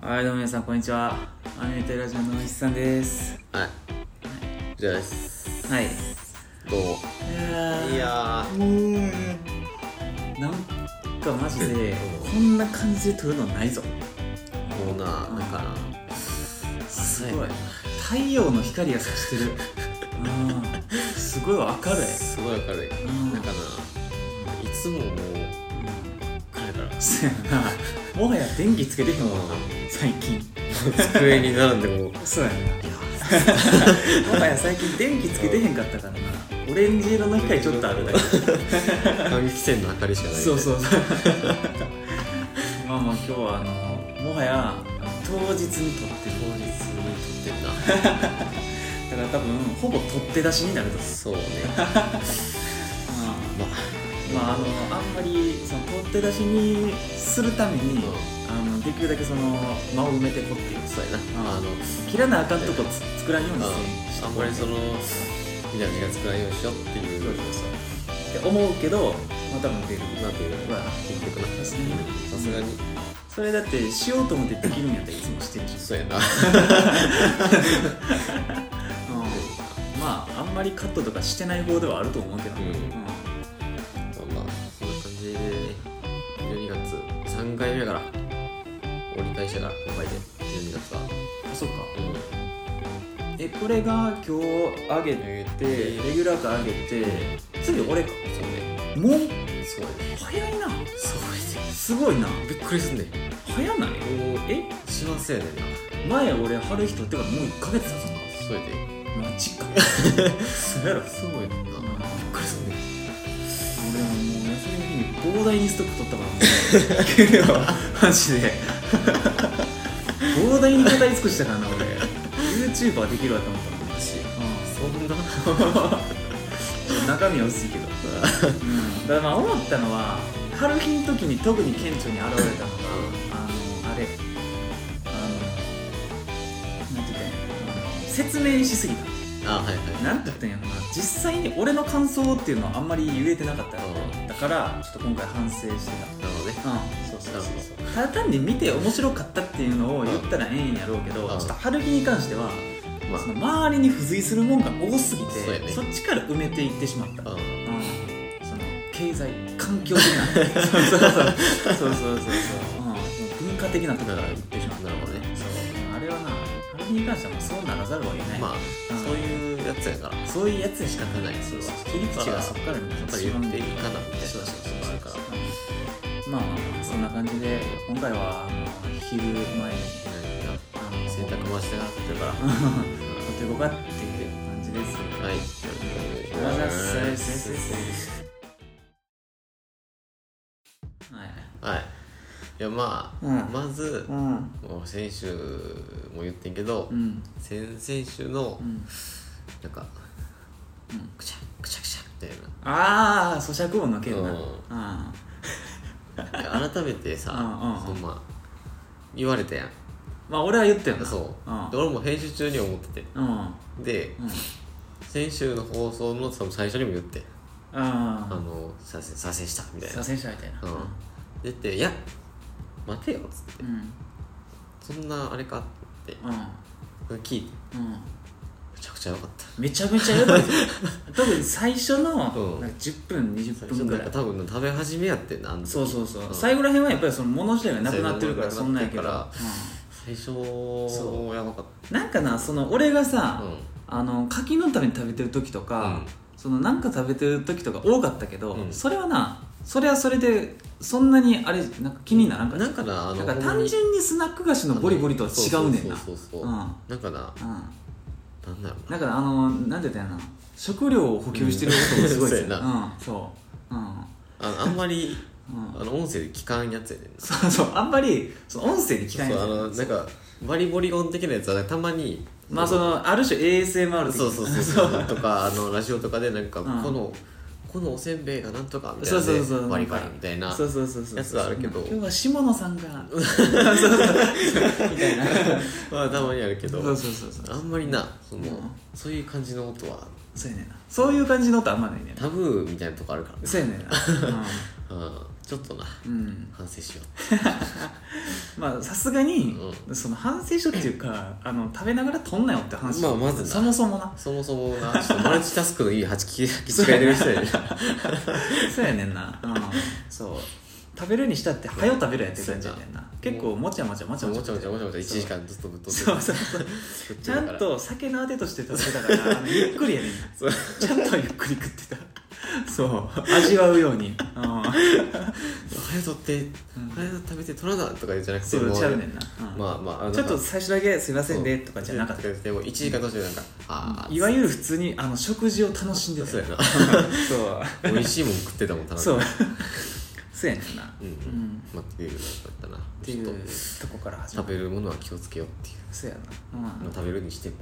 はい、どうも皆さんこんにちは。アニメテラジオの石さんです。 はい。じゃあです。 はい。 どうも。いやもうなんかマジでこんな感じで撮るのないぞ。 もうな、なんかな、 すごい太陽の光が差してる。すごい明るい。 すごい明るい。なんかな、いつももう暗いから。 そうやな。もはや電気つけてへんもんな、最近。 机に並んでも。 そうやな。もはや最近電気つけてへんかったからな。オレンジ色の光ちょっとあるだけ。 換気扇の明かりしかない。 そうそうそう。まあ今日はもはや当日に撮ってる。 当日に撮ってんな。 だから多分ほぼ取って出しになると。 そうね。 あんまりその取って出しにするために、できるだけその間を埋めてこっていう。 そうやな。 切らなあかんとこ作らんようにあんまりそのみたいな時間作らんようにしようっていう。 って思うけど、まあ多分出るなというのは結局な。さすがに。 それだってしようと思ってできるんやったらいつもしてるし。 そうやな。 まああんまりカットとかしてない方ではあると思うけど。 まあそんな感じでね、12月3回目から折り返しやから今回で12月は。 あ、そっか。これが今日上げてレギュラー化上げて次俺か。 そうね。 もうそうやね。 早いな。 そうやね。 すごいな。 びっくりすんねん。 早ない？ 幸せやねんな。 前俺春日とってからもう1ヶ月経つのか。 そうやで。 マジか。そうやろ。 そうやねんな。びっくりすんねん。 俺ももう休みの日に膨大にストック取ったからね。マジで。膨大に語り尽くしたからな俺。YouTuber できるわと思ったの。 マジ。そんな。 中身は薄いけど。だからまあ思ったのは春日の時に特に顕著に現れたのがあれなんて言ったんやろ、説明しすぎた。 はいはい。 なんて言ったんやろな、実際に俺の感想っていうのはあんまり言えてなかったのだからちょっと今回反省してた。 なるほどね。 そうただ単に見て面白かったっていうのを言ったらええんやろうけど、ちょっと春日に関してはその周りに付随するもんが多すぎて そっちから埋めていってしまった。その経済環境的なそう文化的なところから言ってしまった。 なるほどね。 あれはな、春日に関してはもうそうならざるを得ない。 まあそういうやつやから、 そういうやつにしか仕方ない。それは切り口がそっからやっぱり言っていいかなみたいな。そうあるから。 まあそんな感じで今回は昼前に洗濯回してなかったから撮っていこうかっていう感じです。 はい。 お願いします。 はい。いやまあ、まず、もう先週も言ってんけど、先々週の、なんか、くちゃくちゃくちゃみたいな。咀嚼音の件な。 改めてさ、言われたやん。 まあ俺は言ったよな。 そう。俺も編集中に思ってて。で、先週の放送の最初にも言って。左遷したみたいな。 左遷したみたいな。 でって、いや、待てよっつって。そんなあれかって聞いて。めちゃくちゃ良かった。 めちゃめちゃ良かった。特に最初の10分、20分ぐらい。 多分食べ始めやってんな。 そう。最後らへんはやっぱりその物自体がなくなってるからそんなんやけど。 最初やばかった。 なんかな、その俺がさ、柿の種食べてる時とか、そのなんか食べてる時とか多かったけど、それはな、それはそれでそんなにあれなんか気にならんかった。 なんかな、 単純にスナック菓子のボリボリとは違うねんな。 なんかな、なんだろうな。なんかなんて言ったんやな、食料を補給してる音がすごいですよ。あんまり音声で聞かんやつやねんな。そうあんまり音声で聞かんやつ。 なんかバリボリ音的なやつはたまに、 まあそのある種 ASMR 的な。 そうとかラジオとかでなんかこのおせんべいがなんとかみたいなバリバリみたいなやつはあるけど、 今日は下野さんがみたいなまあたまにあるけど、 あんまりなそういう感じの音はそうやねんな。そういう感じの音あんまないねんな。 タブーみたいなとこあるから。 そうやねんな。 ちょっとな、反省しようまあさすがに、その反省しようっていうか食べながら撮んなよって話。 まずそもそもなちょっとマルチタスクのいい8き違いでる人やねんそうやねんな、そう食べるにしたって早う食べるやって感じやねんな。結構もちゃもちゃ 1時間ずっとぶっとってそうちゃんと酒のあてとして食べてたからゆっくりやねんちゃんとゆっくり食ってたそう味わうように早とって早と食べて取らなとか言うんじゃなくてそうちゃうねんな、ちょっと最初だけすいませんねとかじゃなかったでも1時間途中でなんかいわゆる普通に食事を楽しんでた。 そうやなそう美味しいもん食ってたもんそうそうやねんなっていうのだったなっていうとこから始まる。 食べるものは気をつけようっていう。 そうやな食べるにしても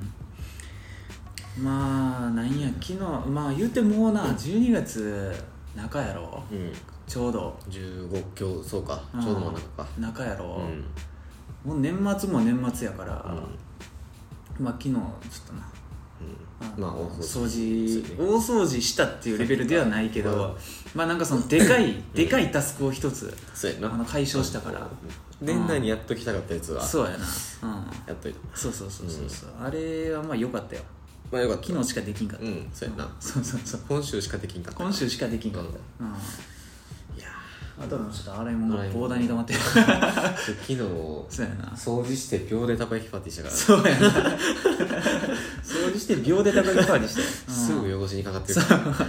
まあなんや昨日まあ言うてもうな12月中やろちょうど 15今日そうかちょうど真ん中か中やろもう年末も年末やからまあ昨日ちょっとな大掃除したっていうレベルではないけどまあなんかそのでかいタスクを一つ解消したから年内にやっときたかったやつはそうやなやっといた。そうあれはまあ良かったよ。 まあよかった。 昨日しかできんかった。 そうやな。 そう今週しかできんかった。 今週しかできんかった。いやあともちょっと洗い物が膨大に溜まってる。 昨日そうやな掃除して秒でたこ焼きパーティーしたから。 そうやな。掃除して秒でたこ焼きパーティーしてすぐ汚しにかかってるから。そうや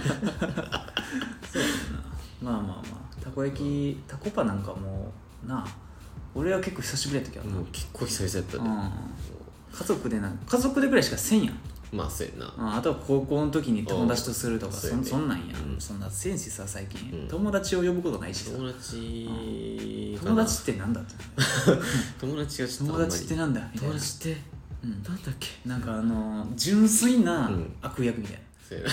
な。まあたこ焼きタコパなんかもうな俺は結構久しぶりやったけどな。 もう結構久々やったね。 家族でぐらいしかせんやん。 まあそうやな。 あとは高校の時に友達とするとかそんなんやん。そんなせんしさ最近友達を呼ぶことないしさ。 友達ってなんだって友達ってなんだみたいな。 友達ってなんだっけ。 なんか純粋な悪役みたいな。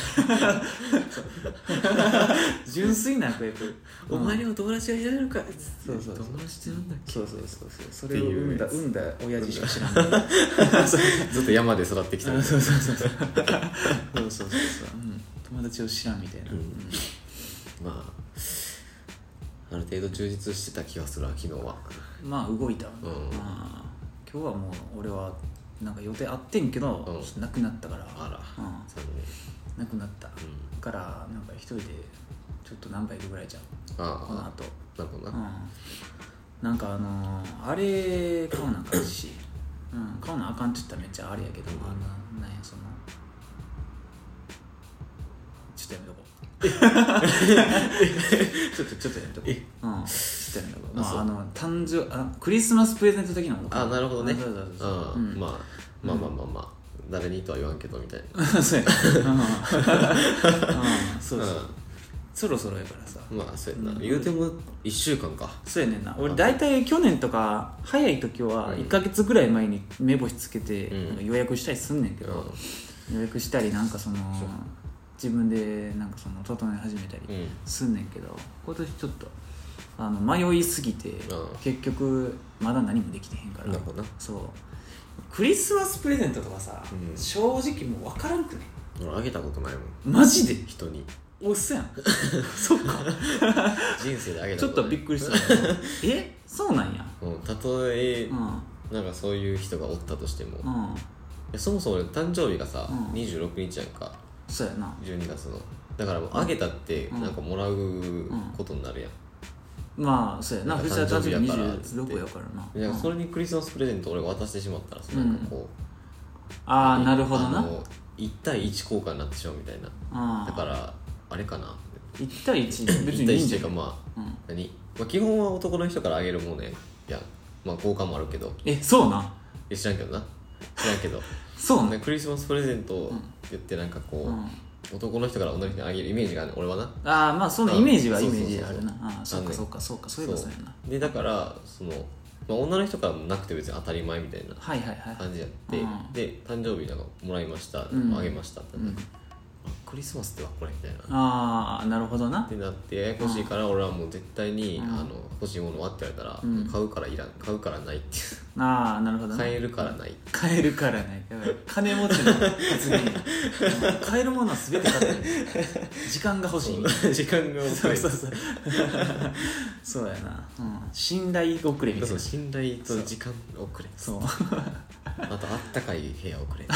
純粋な悪役。 お前にも友達がいられるか。 そう友達ってなんだっけ。 そうそれを産んだ親父しか知らない。 ずっと山で育ってきた。 そう友達を知らんみたいな。 まあある程度充実してた気がするわ昨日は。 まあ動いた。今日はもう俺はなんか予定あってんけどなくなったから。なくなったからなんか一人でちょっと何杯いるぐらいじゃんこの後。 なるほどな。 なんかあれ買わなあかんし買わなあかんって言ったらめっちゃあれやけどなんやちょっとやめとこうちょっとやめとこうちょっとやめとこう。誕生クリスマスプレゼント的なもの。 なるほどね。まあ誰にとは言わんけどみたいな。 そうやそうそろそろやからさ。 まあそうやな。言うても1週間か。 そうやねんな。俺大体去年とか早い時は1ヶ月ぐらい前に目星つけて予約したりすんねんけど予約したりなんか自分でなんか整え始めたりすんねんけど今年ちょっと迷いすぎて結局まだ何もできてへんから。 なるほどな。 そうクリスマスプレゼントとかさ正直もう分からんくね。 俺あげたことないもんマジで。 人に。 おっすやんそっか人生であげたちょっとびっくりしたそうなんや。 たとえなんかそういう人がおったとしてもそもそも俺誕生日がさ26日やんか。 そうやな 12月のだからもうあげたってなんかもらうことになるやん。 まあそうやな。藤田誕生日26やからな。 それにクリスマスプレゼント俺が渡してしまったらなんかこうなるほどな。 1対1交換になってしまうみたいな。だからあれかな 1対1別にいいんじゃん。1対1っていうかまあ基本は男の人からあげるもんね。いやまあ交換もあるけど。 そうなん知らんけどな。知らんけどそうね。 クリスマスプレゼントって言ってなんかこう男の人から女の人にあげるイメージがある俺はな。 まあそのイメージはイメージあるな。そうかそういえばそうやな。 でだから女の人からもなくて別に当たり前みたいな感じやってで誕生日なんかもらいましたあげましたってクリスマスってはこれみたいなああなるほどなってなってややこしいから、俺はもう絶対に、欲しいものはって言われたら、買うからいらん買うからないっていうああなるほどね買えるからない買えるからない金持ちの発言買えるものは全て買ってる時間が欲しい時間が遅いそうそうやな、信頼遅れみたいなそう信頼と時間遅れそうあとあったかい部屋遅れ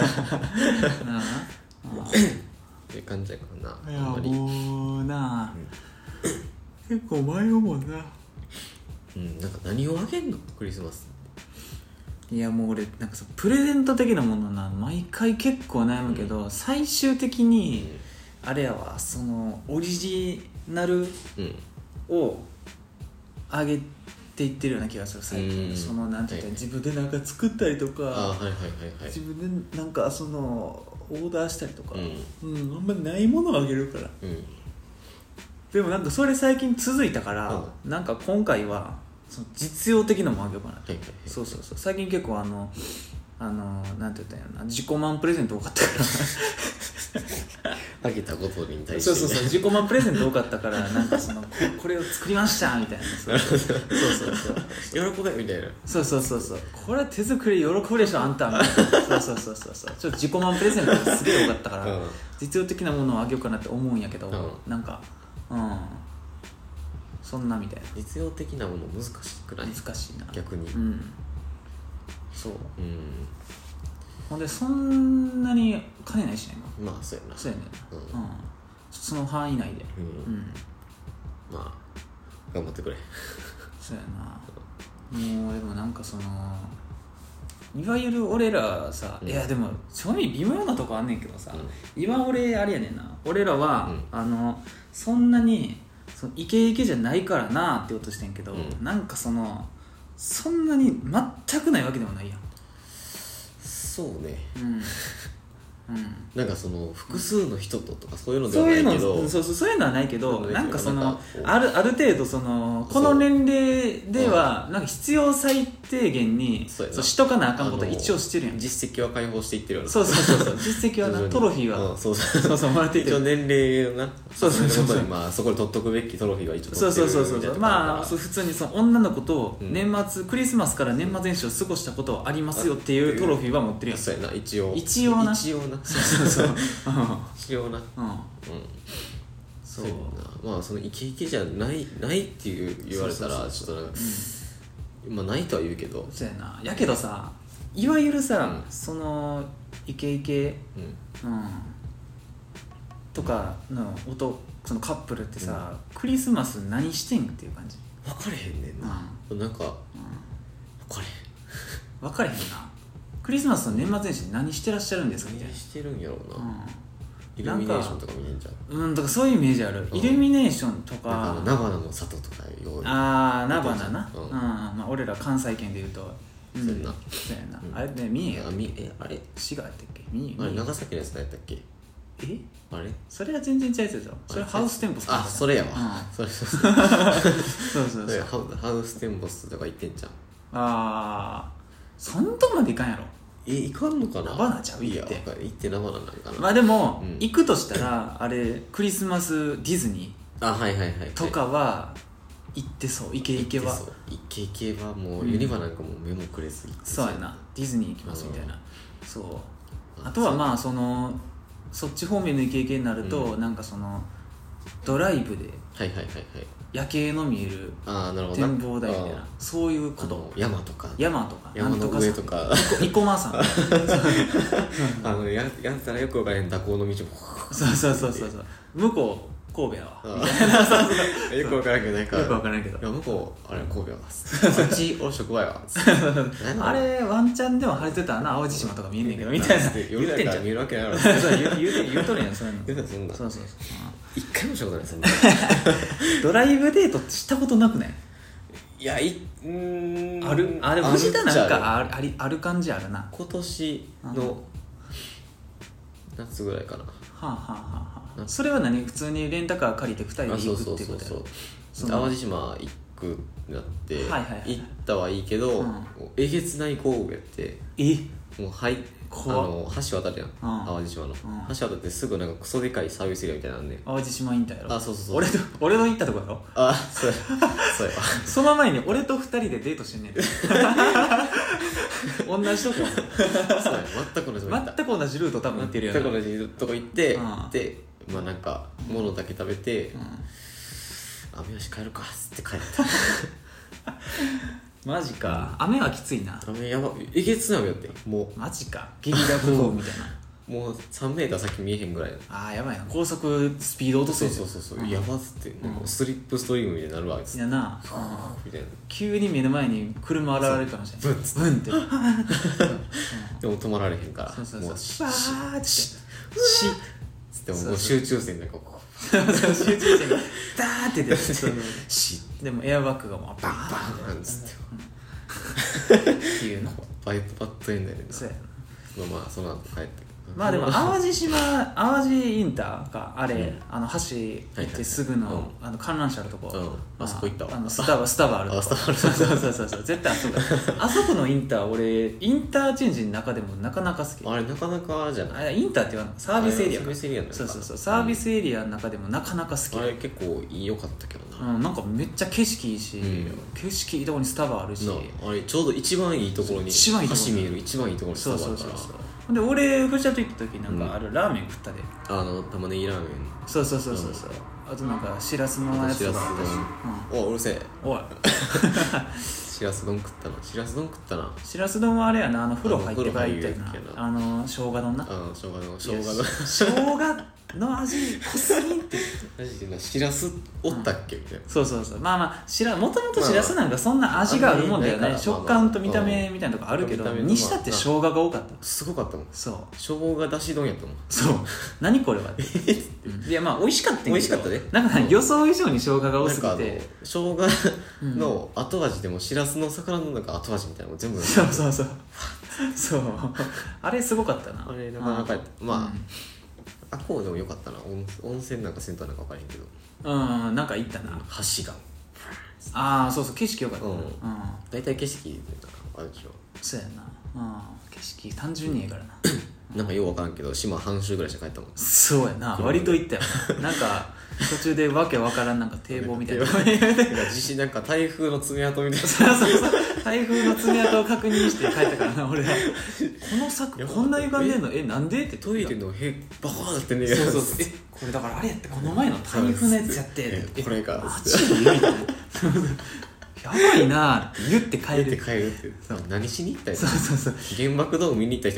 っていう感じやからな。 いやもうな、結構迷うもんな。 なんか何をあげんのクリスマス。 いやもう俺なんかさプレゼント的なものな毎回結構悩むけど、最終的にあれやわそのオリジナルをあげていってるような気がする最近。そのなんていうか、自分でなんか作ったりとか、自分でなんかそのオーダーしたりとか、あんまないものをあげるから、でもなんかそれ最近続いたから、なんか今回はその実用的なものあげようかなって、そう最近結構なんて言ったんやろな自己満プレゼント多かったからあげたことに対して、ね、 そう自己満プレゼント多かったからなんかそのこれを作りましたみたいなそう喜べみたいなそうこれ手作り喜ぶでしょあんたみたいなそうちょっと自己満プレゼントすげえ多かったから、実用的なものをあげようかなって思うんやけど、なんかそんなみたいな実用的なもの難しくない？ 難しいな逆に、 そう、ほんでそんなに金ないしねまあそうやなそうやねその範囲内でまあ頑張ってくれそうやなもうでもなんかそのいわゆる俺らさ、いやでも正味微妙なとこあんねんけどさ、今俺あれやねんな俺らは、そんなにそのイケイケじゃないからなって言おうとしてんけど、なんかそんなに全くないわけでもないやん。 そうねなんかその複数の人とかそういうのではないけどそういうのはないけど、なんかそのある程度そのこの年齢ではなんか必要最低限にしとかなあかんことは一応してるやん。 実績は解放していってるようなそう実績はなトロフィーはそうもらっていってる。 一応年齢をなそうまあそこで取っとくべきトロフィーは一応取ってるそうまあ普通にその女の子と年末クリスマスから年末年始を過ごしたことはありますよっていうトロフィーは持ってるやん。 そうやな一応なそう一応なそうまあそのイケイケじゃないって言われたらちょっとなんかまあないとは言うけどそうやなやけどさいわゆるさそのイケイケとかのそのカップルってさクリスマス何してんっていう感じ分かれへんねんななんか分かれへんな。クリスマスの年末年始何してらっしゃるんですかみたいな。 何してるんやろうな、イルミネーションとか見れんじゃん。 だからそういうイメージある、イルミネーションとか菜花の里とかよ菜花な、まあ俺ら関西圏でいうとそうやな、あれね三重あれ滋賀やったっけ三重あれ長崎のやつ何やったっけあれそれは全然違うやつだよ。それハウステンボスあそれやわそうハウステンボスとか行ってんじゃん。 そんとこまでいかんやろ。 いかんのかな。 菜花ちゃう行って菜花なんかな。 まあでも、行くとしたらあれクリスマスディズニーとかは行ってそう。イケイケはイケイケはもうユニバなんかも目もくれずそうやなディズニー行きますみたいな。そうあとはまあそっち方面のイケイケになるとなんかそのドライブで夜景の見える展望台みたいなそういうこと山とか山の上とか生駒さんやったらよく分からへん蛇行の道もそう向こう神戸やわよく分からんけどなんかよく分からんけど向こうあれ神戸やわあっち俺職場やわあれワンチャンでも晴れてたらな淡路島とか見えんねんけどみたいな夜だから見えるわけないやろ言うとるやんそういうのそんなそう一回もしたことないそんなドライブデートってしたことなくない？ いやあるでも藤田なんかある感じあるな。 今年の夏ぐらいかな。 それは何普通にレンタカー借りて2人で行くっていうことやろ。 淡路島行っクになって、 はいはいはい、 行ったはいいけど、えげつない豪雨やって、もう橋渡るやん、淡路島の、橋渡ってすぐなんかクソでかいサービスエリアみたいなのね、 淡路島インターやろ。 そうそうそう、 俺の行ったとこやろ。 そうやその前に俺と2人でデートしてんねん同じとこやそうや、全く同じとこ行った、 全く同じルート多分行ってるやん。 全く同じとこ行って、でまあなんか物だけ食べて、雨よし帰るかっつって帰ったマジか、雨はきついな。 雨やば、えげつない雨やって、もうマジか、ゲリラ豪雨みたいなもう3メーター先見えへんぐらい。 やばいな、高速スピード落とす。 そう、やばっつって、もうスリップストリームみたいになるわけです。 いやな、 みたいな、 急に目の前に車現れるかもしれない。ブンってでも止まられへんから、もうバーってつってもう集中線でこう集中線がダーって出てでもエアバッグがもうバーンバーンつってっていうのバッドエンドやねんな。そうやな。まあその後帰って、 まあでも淡路インターかあれ、橋行ってすぐの観覧車のとこ、 あそこ行ったわ。 スタバあるとこ。そう絶対あそこあそこのインター、俺インターチェンジの中でもなかなか好き。 あれなかなかじゃない、 インターって言わない、サービスエリア。 そうサービスエリアの中でもなかなか好き。 あれ結構良かったけどな。 なんかめっちゃ景色いいし、景色いいとこにスタバあるし、 あれちょうど一番いいところに、橋見える一番いいところにスタバあるから。 で俺藤田と行った時なんかあるラーメン食ったで、 玉ねぎラーメン。そうあとなんかしらすのやつがあったし、 うるせえ、 おいしらす丼食ったな。 しらす丼はあれやな、風呂入ってばいってな、生姜丼な。 生姜の味濃すぎんってマジでしらすおったっけみたいな。 そうまあもともとしらすなんかそんな味があるもんだよね。食感と見た目みたいなとこあるけど、にしたって生姜が多かった。 すごかったもん。 そう、 生姜だし丼やったもん。 そう何これはっていやまあ美味しかったけど、 美味しかったね。 なんか予想以上に生姜が多すぎて、 生姜の後味でもしらすの魚のなんか後味みたいなの全部そうあれすごかったな。 あれなかなかまあこうでもよかったな。温泉なんか銭湯なんか分からへんけど、 なんか行ったな。 橋がそう景色よかった。 大体景色あるでしょ。 そうやな、景色単純にええからななんかよう分からんけど島半周ぐらいして帰ったもん。 そうやな、割と行ったよな。なんか途中でわけわからんなんか堤防みたいな地震なんか台風の爪痕みたいな台風の爪痕を確認して帰ったからな俺。この柵こんな歪んでんのなんでってトイレのバカーなってんねんけど、 これだからあれやって、この前の台風のやつやってこれがマジで言うみたいなやばいなって言って帰るって何しに行ったんや。 原爆ドーム見に行った人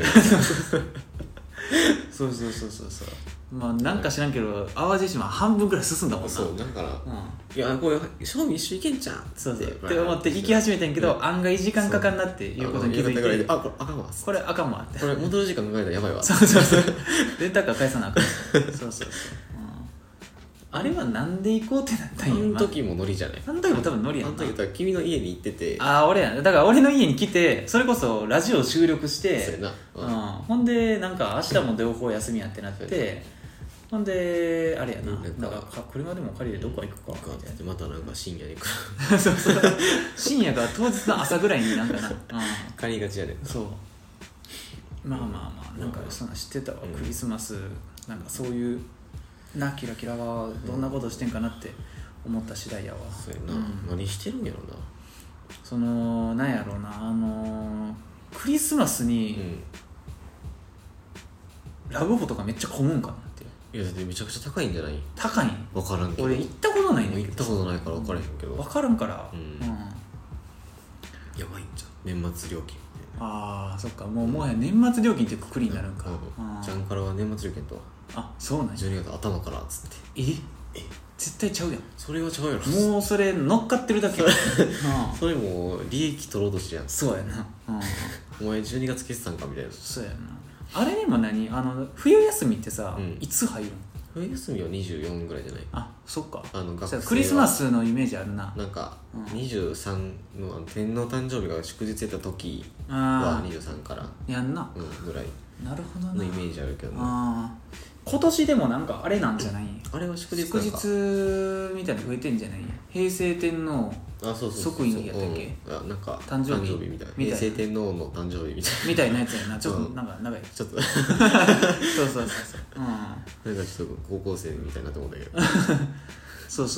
そうまあなんか知らんけど淡路島半分くらい進んだもんな。 そうだから、いやこれ正味一緒行けんじゃんって思って行き始めてんけど、案外時間かかんなっていうことに気づいて、これあかんわってこれ戻る時間考えたらやばいわレンタカー返さなあかんそうあれはなんで行こうってなったんや。 あの時もノリじゃない。 あの時も多分ノリやんな。 あの時は君の家に行ってて、 俺やね。だから俺の家に来てそれこそラジオ収録して、 そうやな、ほんでなんか明日も両方休みやってなって、ほんであれやな、だから車でも借りてどこ行くかみたいな。 またなんか深夜に来る深夜が当日の朝ぐらいになんかな、 借りがちやね。 そうまあなんかそんな知ってたわ、クリスマスなんかそういうなキラキラはどんなことしてんかなって思った次第やわ。 そうやな、何してるんやろな。 そのなんやろうな、クリスマスに、ラブホとかめっちゃ混むんかなって。 いやだってめちゃくちゃ高いんじゃない。 高いん分からんけど、 俺行ったことないねんけど。 行ったことないから分からへんけど、 分からんから、 やばいんじゃん年末料金。 そっか、もはや年末料金ってくくりになるんか。 ジャンカラは年末料金とはそうなんや。 12月頭からっつって。 絶対ちゃうやん。 それはちゃうやろ。 もうそれ乗っかってるだけそれもう利益取ろうとしてやん。 そうやな、 お前12月決算かみたいな。 そうやな。あれでも冬休みってさ、いつ入るの。 冬休みは24ぐらいじゃない。 そっか。 学生はクリスマスのイメージあるな。 なんか23の天皇誕生日が祝日やった時は23からやんな、 ぐらいなるほどのイメージあるけどね。 今年でもなんかあれなんじゃない？ あれは祝日祝日みたいなの増えてんじゃない？平成天皇即位の日やったっけ？ なんか誕生日みたいな。平成天皇の誕生日みたいなやつやな。ちょっとなんか長い。 ちょっとそうなんかちょっと高校生みたいなと思うんだけどそう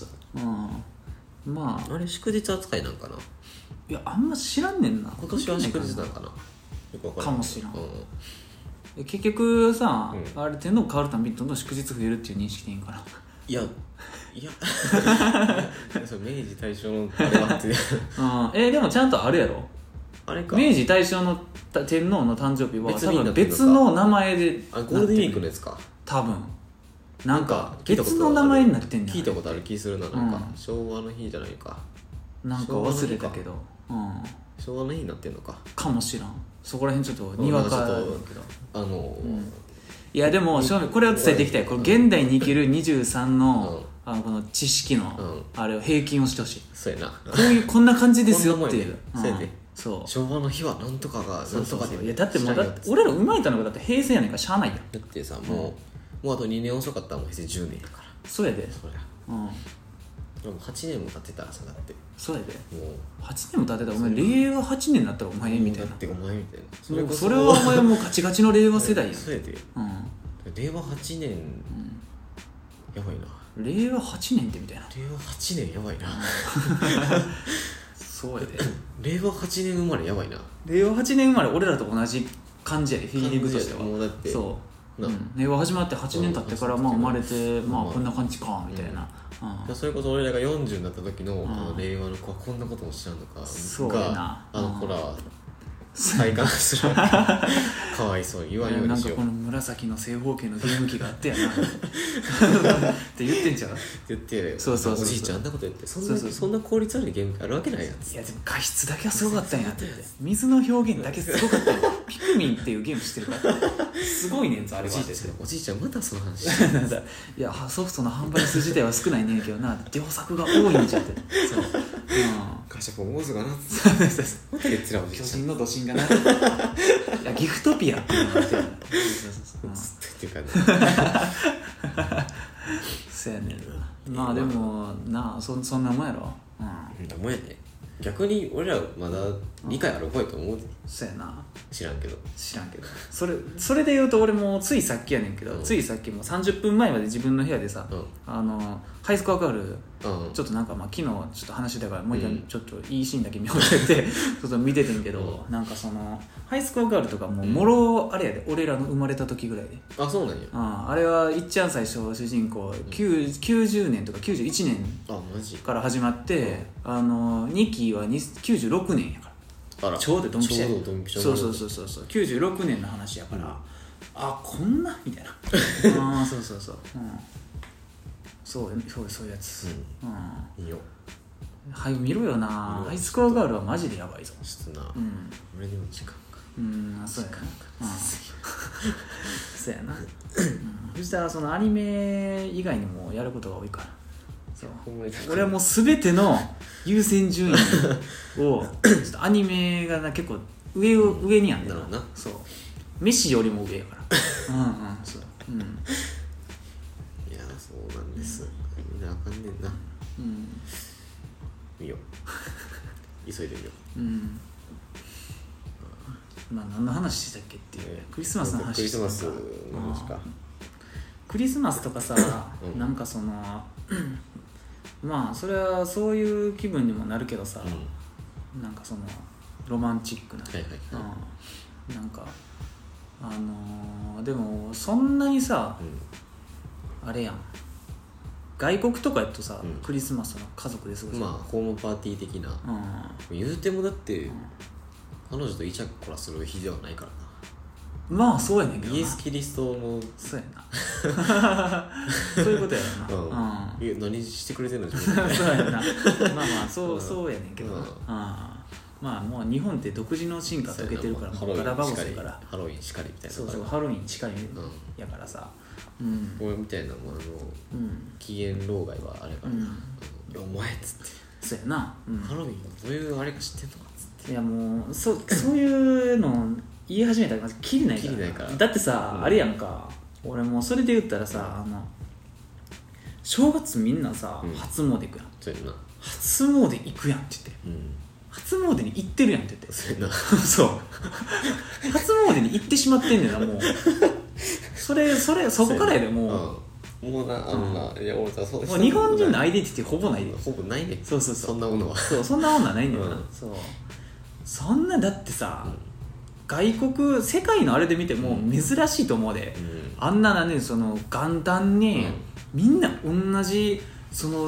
まああれ祝日扱いなんかな。 いやあんま知らんねんな。 今年は祝日なんかな。 かもしらん。結局さ、あれ天皇変わるたびにどんどん祝日増えるっていう認識でいいんかな。 いやそう明治大正のあれはってでもちゃんとあるやろ。 あれか明治大正の天皇の誕生日は多分別の名前でゴールデンウィークのやつか多分なんか別の名前になってんねん。 聞いたことある気するな。なんか昭和の日じゃないかなんか忘れたけど昭和の日になってんのかもしらん。そこら辺ちょっとにわかあるけどいやでもこれを伝えていきたい。これ現代に生きる23のこの知識のあれを平均をしてほしい。 そうやな。 こんな感じですよっていう。 そう昭和の日はなんとかがなんとかで。 いやだってもう俺ら生まれたのがだって平成やねんからしゃあないやん。 だってさもうあと2年遅かったらもう平成10年やから。 そうやで。 そりゃでも8年も経ってたらさだってそうやで。 もう 8年も経ってたらお前令和8年になったらお前みたいな。 だってお前みたいな。それはお前もうガチガチの令和世代やん。 そうやで。令和8年やばいな。 令和8年ってみたいな。 令和8年やばいなそうやで。 令和8年生まれやばいな。 令和8年生まれ俺らと同じ感じやで。フィーリングとしてはもうだってそう令和始まって8年経ってからまあ生まれてまあこんな感じかみたいな。 それこそ俺らが40になった時の令和の子はこんなことも知らんのかそうやな。 子ら体感するかわいそうに言わんようにしよう。 なんかこの紫の正方形のゲーム機があってやなって言ってんじゃん。 言ってやれよ。 そうおじいちゃんあんなこと言ってそんな効率悪いゲーム機あるわけないやつ。 いやでも画質だけはすごかったんやって水の表現だけすごかったんやピクミンっていうゲーム知ってるからすごいねんぞあれは。 おじいちゃんまたその話いやソフトの販売数自体は少ないねんけどな良作が多いんちゃってそう会社ポンモズがなホテルつらおじいちゃん巨人の土神がないやギフトピアっていうのがあってっていうかねそうやねんな。まあでもなそんなもんやろ。 なんもんやね。逆に俺らまだ理解ある子やと思う。 そうやな。 知らんけどそれで言うと俺もついさっきやねんけど、ついさっきも30分前まで自分の部屋でさハイスコアガールちょっとなんか昨日ちょっと話してたからもう一回ちょっといいシーンだけ見ようって言ってちょっと見ててんけどなんかそのハイスコアガールとかもろあれやで俺らの生まれた時ぐらいで。 そうなんや。 あれはいっちゃん最初主人公90年とか91年から始まって2期は96年やから。ちょうどドンピシャ。そう96年の話やから、こんなみたいなそういうやつ。 いいよ。 はい見ろよな。ハイスコアガールはマジでやばいぞ。 ちょっとな俺にも時間か。 そうやな。そうやな。そしたらそのアニメ以外にもやることが多いから。俺はもう全ての優先順位をちょっとアニメが結構上にあんだな。そうメッシよりも上やからそういやそうなんです。みんなあかんねんな。見よう急いでみよう。 まあ何の話してたっけっていうクリスマスの話してた。クリスマスとかさなんかそのまあそれはそういう気分にもなるけどさ、なんかそのロマンチックな、なんかでもそんなにさ、あれやん外国とかやとさ、クリスマスの家族で過ごすホームパーティー的な、言うてもだって、彼女とイチャコラする日ではないからな。 まあそうやねんけどな。 イエス・キリストのそうやなそういうことやな。 何してくれてんの自分でそうやな。まあそうやねんけどな。まあもう日本って独自の進化遂げてるからもうガラバゴスやからハロウィンしかりみたいな。 そうハロウィンしかりやからさ。 俺みたいなも期限老害はあれからな。お前っつってそうやな。 ハロウィンがどういうあれか知ってんのかっつって。 いやもうそういうの言い始めたらまずキリないからだってさ、あれやんか、俺もうそれで言ったらさ、正月みんなさ、初詣行くやん。 そうやな。 初詣行くやんって言って、初詣に行ってるやんって言って。 そうやな。 そう初詣に行ってしまってんねんな、もうそこからやで、もうもういや俺さ、 もう日本人のアイデンティティほぼないで。 ほぼないね。 そうそんなものは。 そんなものはないんだよな。そうそんな、だってさ、外国世界のあれで見ても珍しいと思うで、あんなね、その元旦に、みんな同じその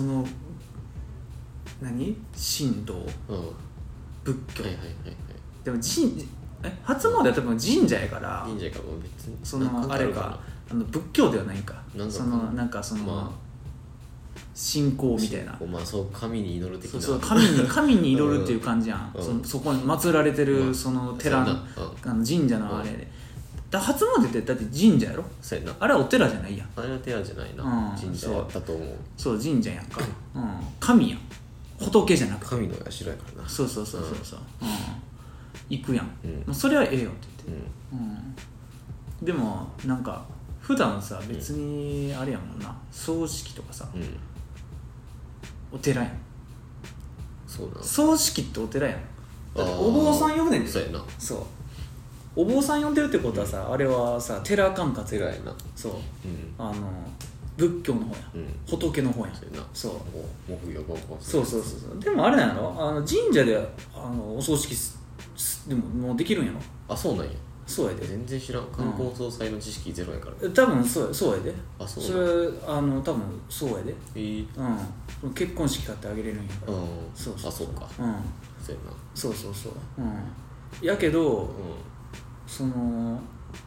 何神道、仏教、でも初詣は多分神社やから、 神社やからもう別にそのあれか仏教ではないんか、なんかその信仰みたいな、 そう神に祈る的な、 そう神に祈るっていう感じやん。そこに祀られてるその寺の神社のあれで、初詣ってだって神社やろ。 そうやな。 あれはお寺じゃないやん。 あれは寺じゃないな、神社だと思う。 そう、神社やんか。神やん、仏じゃなくて神の社やからな。 そう、行くやん。それはええよって言って。でもなんか普段さ、別にあれやもんな、葬式とかさ、お寺やん。 そうな。 葬式ってお寺やん。だってお坊さん呼ぶねんで。 そうやな。 そう、お坊さん呼んでるってことはさ、あれはさ寺管轄寺やな。 そう、仏教の方や、仏の方や。そう、 木魚そうでもあれなんやろ、神社でお葬式でもうできるんやろ。 あ、そうなんや。 そうやで。 全然知らん。観光総裁の知識ゼロやから。 多分そうやで。 あ、そうそれ多分そうやで。結婚式買ってあげれるんやから。そうか。そうやな。そうやけど、その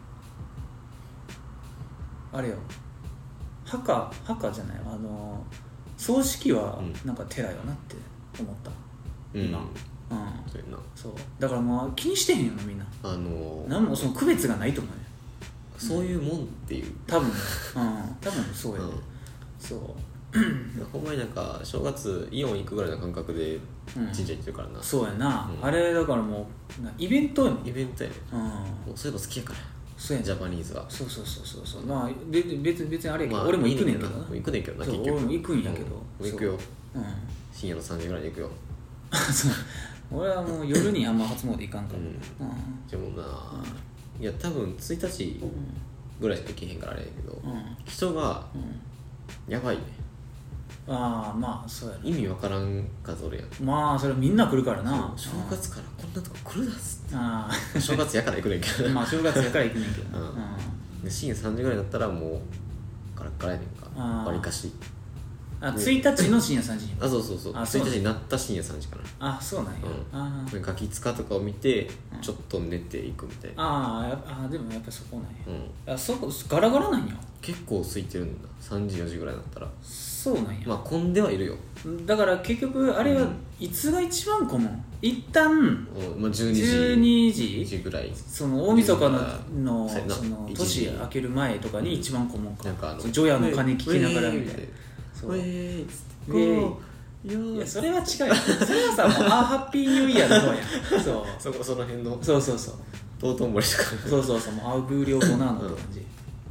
あれよ、墓じゃない、葬式はなんか寺よなって思った今。そうやな。そうだからもう気にしてへんよな、みんな。何もその区別がないと思うね。 そういうもんっていう、 多分そうやね。そうほんまになんか正月イオン行くぐらいの感覚で神社行ってるからな。 そうやな。あれだからもうイベントやもん。 イベントやね。そういうの好きやから。 そうや、 ジャパニーズは。 そうまあ別にあれやけど、俺も行くねんけどな。 行くねんけどな、結局。 俺も行くんやけど。 行くよ。深夜の3時ぐらいに行くよ。 俺はもう夜にあんま初詣行かんから。 でもな、いや多分1日ぐらいしか行けへんからあれやけど、人がやばいね。 まあそうや。 意味わからん数おるやん。 まあそれみんな来るからな。 正月からこんなとこ来るなっつって。正月やから行くねんけど。 まあ正月やから行くねんけど。 深夜3時ぐらいだったらもうカラッカラやねんか。割りかし。 1日の深夜3時。 そう1日になった深夜3時かな。 そうなんや。 ガキ使とかを見てちょっと寝ていくみたいな。 でもやっぱそこなんや。そこガラガラなんや。 結構空いてるんだ。3時4時ぐらいだったら。 そうなんや。 まあ混んではいるよ。 だから結局あれはいつが一番混むん？一旦12時ぐらい、 その大晦日のその年明ける前とかに一番混むんか。なんか除夜の鐘聞きながらみたいな。ウェーいやそれは違うよ。それはさ、もうハッピーニューイヤーの方やん。 その辺のそう道頓堀とかそうもうアウグリオボナーナって感じ。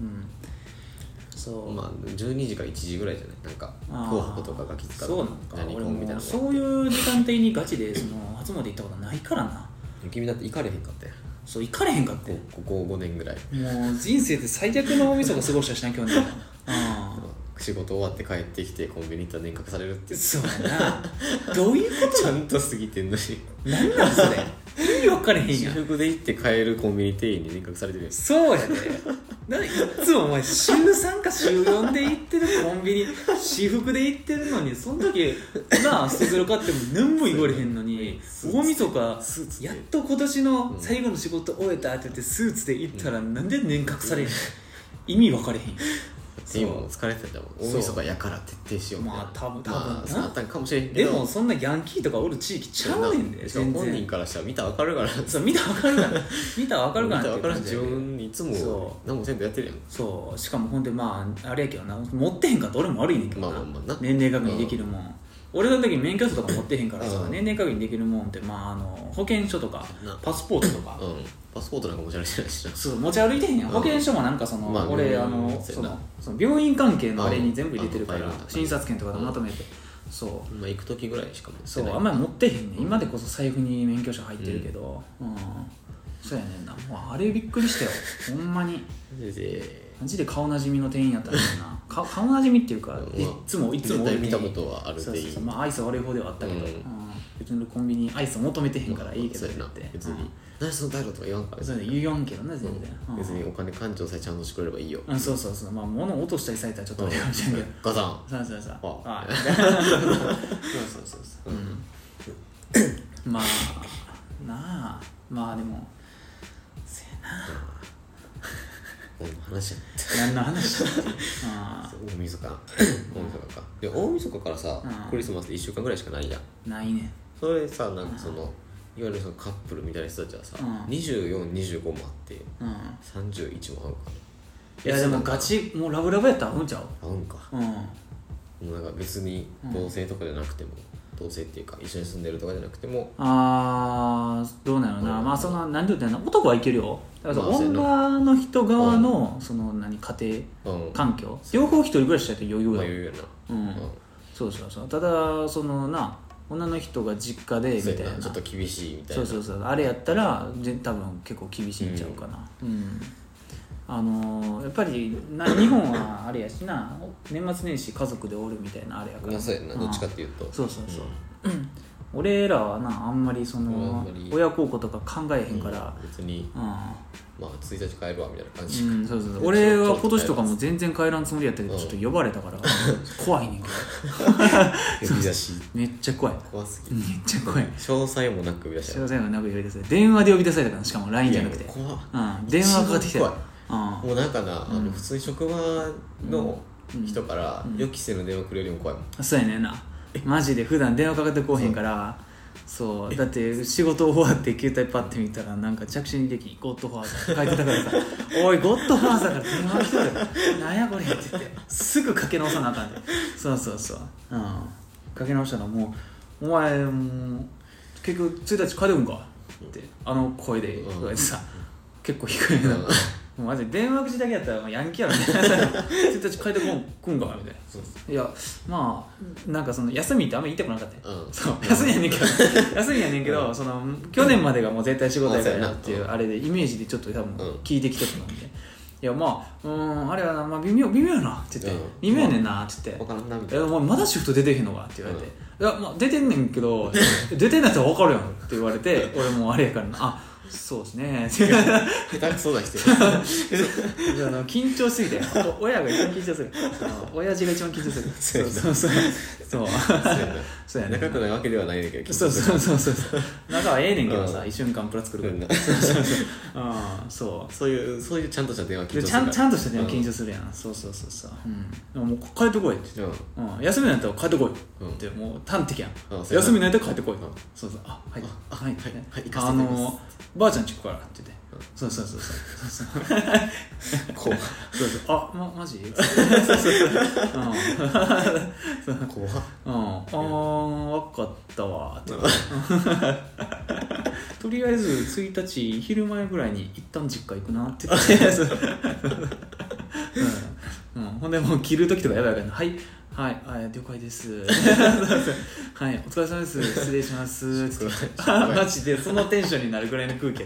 まあ12時か1時ぐらいじゃない、なんか紅白とかガキ使そうなんか。俺もそういう時間帯にガチでその初詣行ったことないからな。 君だって行かれへんかったよ。 そう行かれへんかって。 ここ5年ぐらいもう人生で最悪の大晦日過ごしたしな、去年。 仕事終わって帰ってきてコンビニ行ったら年賀されるって。 そうやな。どういうことちゃんと過ぎてんのに。 何なんそれ。意味分かれへんやん。 私服で行って帰るコンビニ店員に年賀されてるやん。 そうやで。いつもお前週3か週4で行ってるコンビニ私服で行ってるのに、その時なあ捨てゼロ買っても何も言われへんのに、大晦日やっと今年の最後の仕事終えたって言ってスーツで行ったら、なんで年賀されへん。意味分かれへん。 今も疲れてたもん。大晦日やから徹底しようみたいな。 まあ多分あったんかもしれへんけど。でもそんなヤンキーとかおる地域ちゃうねんで。 本人からしたら見たら分かるから。 そう見たら分かるから見たら分かるからって感じで。 自分いつも何もせんとやってるやん。 そう、しかもほんでまああれやけどな、持ってへんかって俺も悪いねんけどな。年齢確認できるもん。 俺の時に免許証とか持ってへんからさ、年々確認できるもんって、保険証とかパスポートとか、 パスポートなんか持ち歩いてないしな。 そう持ち歩いてへんやん。保険証もなんか俺その病院関係のあれに全部入れてるから、診察券とかでまとめて、そう今行く時ぐらいしか持ってない。 そうあんまり持ってへんねん。今でこそ財布に免許証入ってるけど、そうやねんな。もうあれびっくりしたよほんまに。マジで顔なじみの店員やったらな顔なじみっていうか、いつも絶対見たことはあるでいい。 愛想悪い方ではあったけど、別にコンビニ愛想求めてへんからいいけどって別に何その態度とか言わんから。 そう言わんけどな全然。 別にお金勘定さえちゃんとしてくれればいいよ。 そう物を落としたりされたらちょっとあれかもしれんけどガサンそうそうまあなあまあでもせやな話何の話大晦日かで大晦日からさ、クリスマスで1週間ぐらいしかないやん。 ないね。 それさなんかいわゆるカップルみたいな人たちはさ、24、25もあって、31も合うか。 いやでもガチもうラブラブやったら合うんちゃう。 合うんか。もうなんか別に同棲とかじゃなくても、同棲っていうか一緒に住んでるとかじゃなくても、 どうなのな。まあその何て言ったら男はいけるよ。だから女の人側の家庭環境、両方一人暮らししちゃって余裕だ。 余裕やな。 そうただ女の人が実家でみたいなちょっと厳しいみたいな。 そうあれやったら多分結構厳しいんちゃうかな。やっぱり日本はあれやしな、年末年始家族でおるみたいなあれやから。 そうやな、どっちかっていうと。 そう俺らはあんまり親孝行とか考えへんから、 別にまあ1日帰るわみたいな感じ。 俺は今年とかも全然帰らんつもりやったけど、ちょっと呼ばれたから怖いねんけど呼び出しめっちゃ怖い。 怖すぎる。 めっちゃ怖い。 詳細もなく呼び出した。 詳細もなく呼び出されて、電話で呼び出されたから、しかも LINE じゃなくて怖っ。 電話かかってきて、もうなんかな普通に職場の人から予期せぬ電話来るよりも怖いもん。 そうやねんな。マジで普段電話かかってこうへんから。そうだって仕事終わって携帯パッて見たらなんか着信履歴ゴッドファーザー書いてたからさおいゴッドファーザーから電話来てるなんやこれって言ってすぐかけ直さなあかんで。そうかけ直したらもうお前もう結局1日帰ってくんかって声で言われてさ、結構低いな。もうマジで電話口だけやったらヤンキーやろみたいな1日帰ってくんかみたいな。いやまあなんか休みってあんまり言いたくなかったよ。そう休みやねんけど去年までがもう絶対仕事やからなっていうあれでイメージでちょっと多分聞いてきたと思うんで、いやまああれはな、まあ、微妙やなって言って、微妙やねんなって言って、 分からんなみたいな。 お前まだシフト出てへんのかって言われて、いやまあ出てんねんけど出てんのやつは分かるやんって言われて、俺もあれやからなそうですね下手くそな人緊張すぎて親が一番緊張する親父が一番緊張するそうやね。 仲良くないわけではないねんけど。 そう仲はええねんけどさ、一瞬間プラつくるからそういうちゃんとした電話緊張するからちゃんとした電話緊張するやん。そうでももう帰ってこいって休みになったら帰ってこいってもう端的やん。休みになったら帰ってこい。はい行かせてください。ばあちゃんち行くからって言って、そうマジ分かったわってとりあえず1日昼前ぐらいに一旦実家行くなって言ってほんでもう切る時とかやばいからはい、了解です。はい、お疲れ様です。失礼します。マジでそのテンションになるぐらいの空気やった。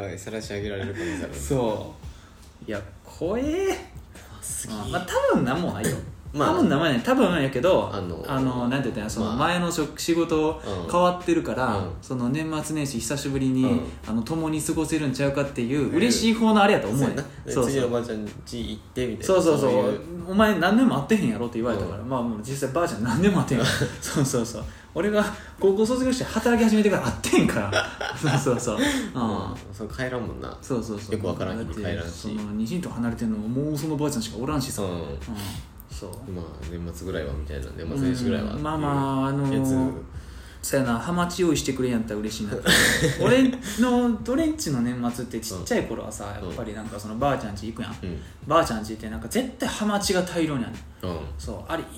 さらし上げられる可能性ある。 そう。いや、怖え。まあ多分なんもないよ。多分名前ない。多分やけど、なんて言ったら前の仕事変わってるから、年末年始久しぶりに共に過ごせるんちゃうかっていう嬉しい方のあれやと思うね。 次のばあちゃん家行ってみたいな。 そうお前何年も会ってへんやろって言われたから、まあもう実際ばあちゃん何年も会ってへんやろ。そう俺が高校卒業して働き始めてから会ってへんからそう帰らんもんな。 そうよくわからん日に帰らんし、 2と離れてんのももうそのばあちゃんしかおらんしさ。そうまあ年末ぐらいはみたいな、年末年始ぐらいはまあそうやな、ハマチ用意してくれんやったら嬉しいな俺んちの年末ってちっちゃい頃はさ、やっぱりなんかばあちゃんち行くやん、ばあちゃんちってなんか絶対ハマチが大量にある、そうあれいい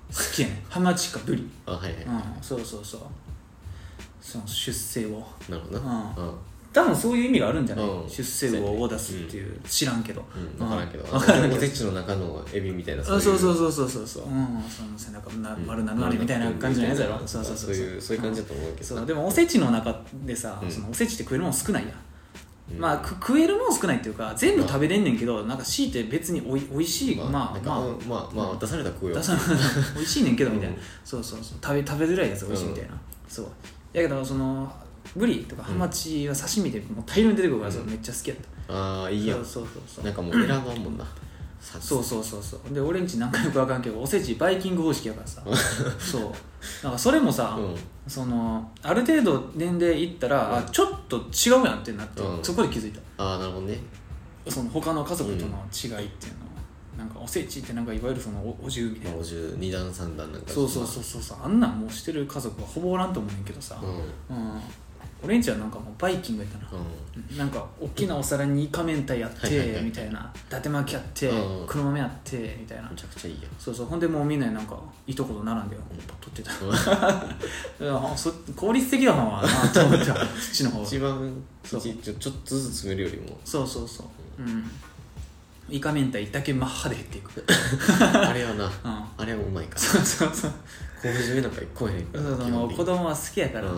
きやねんハマチかブリ。 はいはい、 そうそうそう、その出世魚。 なるほどな。 多分そういう意味があるんじゃない、出世魚を出すっていう、知らんけど、 分からんけど、おせちの中のエビみたいな、 そうそうそうそうそうそう、その背中丸なるあれみたいな感じのやつやろ。そうそうそう、 そういう感じだと思うけど、 そうでもおせちの中でさ、そのおせちって食えるもん少ないやん。まあ食えるもん少ないっていうか全部食べれんねんけど、なんか強いて別においしい、まあ出されたら食うよ、 おいしいねんけどみたいな、そうそうそう、食べづらいやつおいしいみたいな、そうやけどそのブリとかハマチは刺身でもう大量に出てくるから、めっちゃ好きやった。 ああいいやん。 そうそうそう、 なんかもう選ばんもんな。 そうそうそうそう。で俺んちなんかよくわかんけどおせちバイキング方式やからさそうなんかそれもさ、そのある程度年齢いったら、ちょっと違うやんってなって、そこで気づいた。 ああなるほどね。 その他の家族との違いっていうのは、なんかおせちってなんかいわゆるそのお重みたいな、 お重2段3段なんか、 そうそうそうそう、あんなんもうしてる家族はほぼおらんと思うねんけどさ、俺んちはなんかもうバイキングやったな、なんか大きなお皿にイカ明太やってみたいな、伊達巻きやって黒豆やってみたいな、 めちゃくちゃいいやん。 そうそう、ほんでもうみんななんかいとこと並んでパッと取ってた効率的だなと思ったそっちの方一番ちょっとずつ詰めるよりも、 そうそうそう、イカ明太だけマッハで減っていくあれはな、あれはうまいから、 そうそうそう、 昆布締めなんか一個へんから、 そうそう、もう子供は好きやから、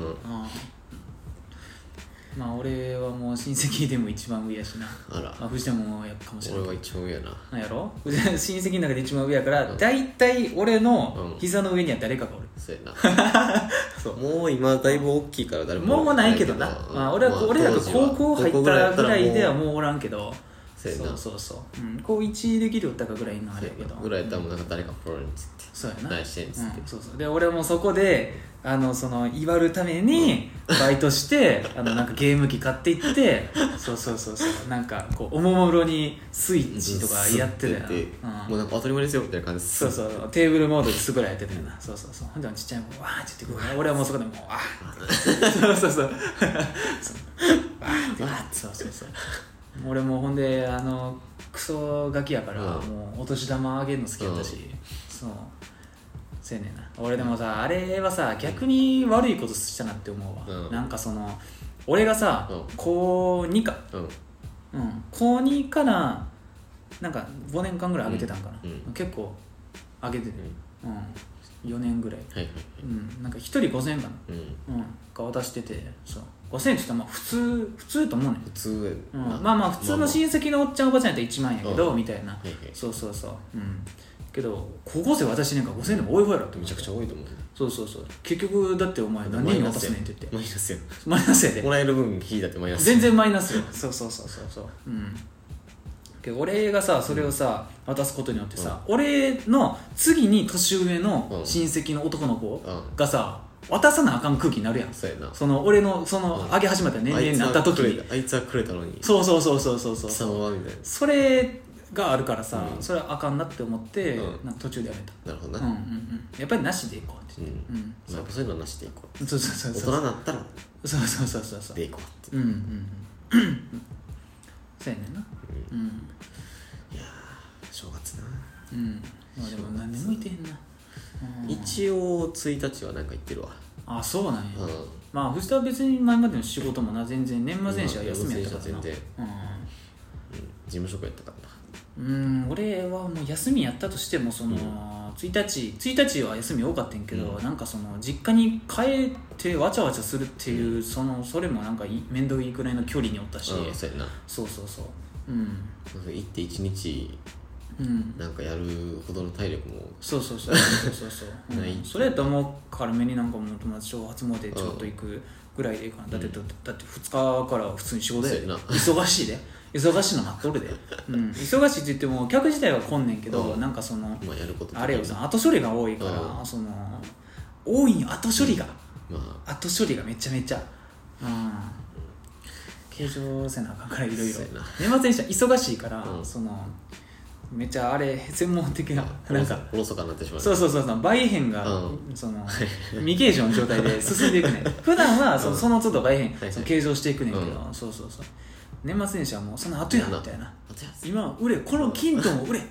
まあ俺はもう親戚でも一番上やしな。 あら、 藤田もやかもしれない。 俺は一番上やな。 なんやろ、親戚の中で一番上やから、大体俺の膝の上には誰かがおる。 そうやなそう、もう今だいぶ大きいから誰ももうないけどな、俺らと高校入ったぐらいではもうおらんけど、そうそうそう、高1できるよったかぐらいのあれやけど、 ぐらいやったらもうなんか誰かプロにつって、 そうやな、 何してんつって、 そうそう、で俺もそこでその祝るためにバイトしてなんかゲーム機買っていってそうそうそうそう、なんかこうおもむろにスイッチとかやってたよな、 もうなんか当たり前ですよみたいな感じです。 そうそう、テーブルモードですぐらいやってたよな、そうそうそう、ほんでちっちゃい子わーって言ってくる、俺はもうそこでもうわーそうそうそうわーってそうそうそう、俺もほんでクソガキやから、もうお年玉あげるの好きやったし、そうせやねんな。俺でもさ、あれはさ逆に悪いことしたなって思うわ、なんかその俺がさ、高2か、高2からなんか5年間ぐらいあげてたんかな、結構あげてて、4年ぐらい、なんか1人5000円かな、が渡してて、そう5000円って言ったらまあ普通と思うねん、 普通まあまあ普通の親戚のおっちゃんおばちゃんやったら1万円やけど、みたいな、そうそうそう、けど高校生私なんか5000円でも多い方やろって、 めちゃくちゃ多いと思う。 そうそうそう、結局だってお前何人渡すねんって言って、 マイナスや、 マイナスやで、 もらえる分引いたってマイナス、 全然マイナスよ、そうそうそうそうそう、けど俺がさそれをさ渡すことによってさ、俺の次に年上の親戚の男の子がさ渡さなあかん空気になるやん、 そうやな、 その俺のその上げ始めた年齢になった時に、 あいつはくれたのに、 そうそうそうそうそうそう、 貴様はみたいな、 それがあるからさ、それはあかんなって思って、なんか途中でやめた。 なるほどな、 やっぱりなしでいこうって、 やっぱそういうのはなしでいこう、 そうそうそう、 大人になったらそうそうそうそうそうでいこうって、 そうやねんな、 いや正月な、 まあでも何年もいてへんな、 一応1日はなんか行ってるわ。 あ、そうなんや、まあ藤田は別に前までの仕事もな全然年末年始は休みやったからな、 全然、事務職やったからな、俺はもう休みやったとしてもその、1日は休み多かったんけど、なんかその実家に帰ってわちゃわちゃするっていう、それもなんか面倒いいくらいの距離におったし、 そうやな、 そうそうそう、 行って1日なんかやるほどの体力もそうそうそうそうそう、ないそれやったらもう軽めになんかもう友達と初詣ちょっと行くぐらいでいいかな、だって2日から普通に仕事やで、忙しいで、忙しいの待っとるで、忙しいって言っても客自体は来んねんけど、なんかそのあれよ、後処理が多いから、その多いんよ、後処理がめちゃめちゃ、計上せなあかんから、いろいろ年末年始は忙しいから、そのめっちゃあれ専門的ななんかおろそかになってしまう、 そうそうそう、売変がその未計上の状態で進んでいくねん普段はその都度売変計上していくねんけど、そうそうそう、 年末年始はもうその後やみたいな、今は売れ、このキントンを売れ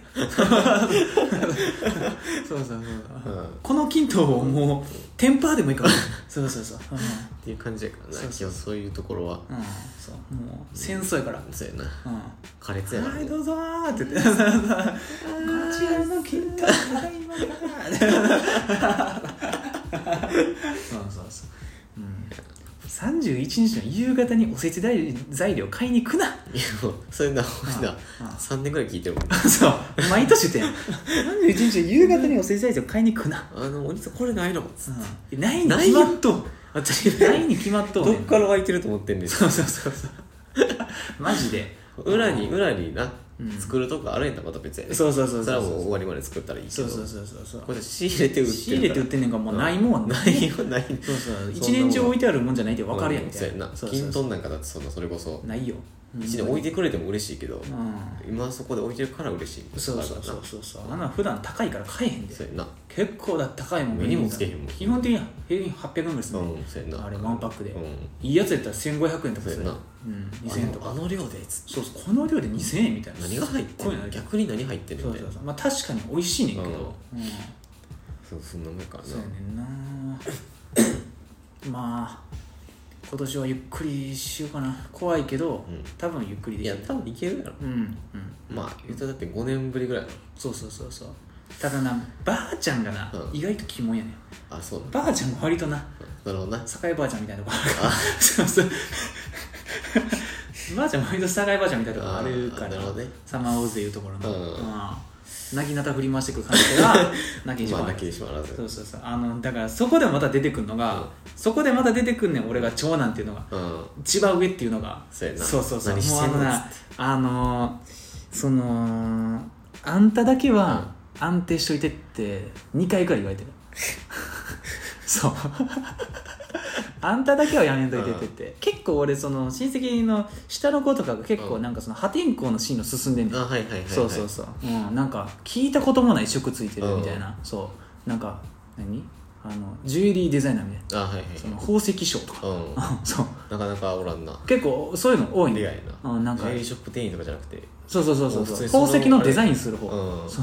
そう、このキントンをもうテンパーでもいいからそう、 っていう感じやからな。そういうところは、 そうもう戦争やから、 そうやな、苛烈やな。 はいどうぞーって言ってこちらのキントンが今からそう、31日の夕方におせち材料買いに行くな。いやそれな、3年ぐらい聞いてるもん。 そう毎年言ってん31日の夕方におせち材料買いに行くな。 お兄さんこれないの、 ないに決まっとん。ないに決まっとん。 どっから湧いてると思ってんねん。 そうマジで裏にな、作るとこあるんやったらまた別やね。 そうそれはもう終わりまで作ったらいいけど、 そうこれ仕入れて売ってんねんからもうないもんね。 ないよ。 そう一年中置いてあるもんじゃないって分かるやんみたいな。 キントンなんかだってそれこそないよ。 一年置いてくれても嬉しいけど、今そこで置いてるから嬉しい。 そうあんな普段高いから買えへんで。 そうやな。 結構だ高いもん目にもつけへんもん。 基本的には平均800円ぐらいするね。あれワンパックでいいやつやったら1500円とかするな。2000円とか。 あの量でそうこの量で2000円みたいな。 何が入ってんの、逆に何入ってんのみたいな。 まあ確かに美味しいねんけど、 そんなもんからな。 そうやねんなまあ今年はゆっくりしようかな。怖いけど、多分ゆっくりできる。 いや多分いけるやろ。まあ言うとだって5年ぶりぐらいの。 そうただな、ばあちゃんがな、意外とキモいやねん。 あ、そうばあちゃんも割とな、 なるほどな、 堺ばあちゃんみたいなとこあるからそうばあちゃんも割と堺ばあちゃんみたいなとこあるから、サマーウォーズでいうところのなぎなた振り回してくる感じがなきにしもあらず。そうだからそこでまた出てくるのが、そこでまた出てくんねん俺が長男っていうのが、一番上っていうのが、そう何してんのっつって、 あんただけは安定しといてって2回くらい言われてるそうあんただけはやめんといてって言って、結構俺その親戚の下の子とかが結構なんかその破天荒のシーンの進んでんねん。そうなんか聞いたこともない職ついてるみたいな、そうなんかジュエリーデザイナーみたいな、その宝石商とか、そうなかなかおらんな。 結構そういうの多いね。 出会いな。 なんかジュエリーショップ店員とかじゃなくて、 そう宝石のデザインする方、そう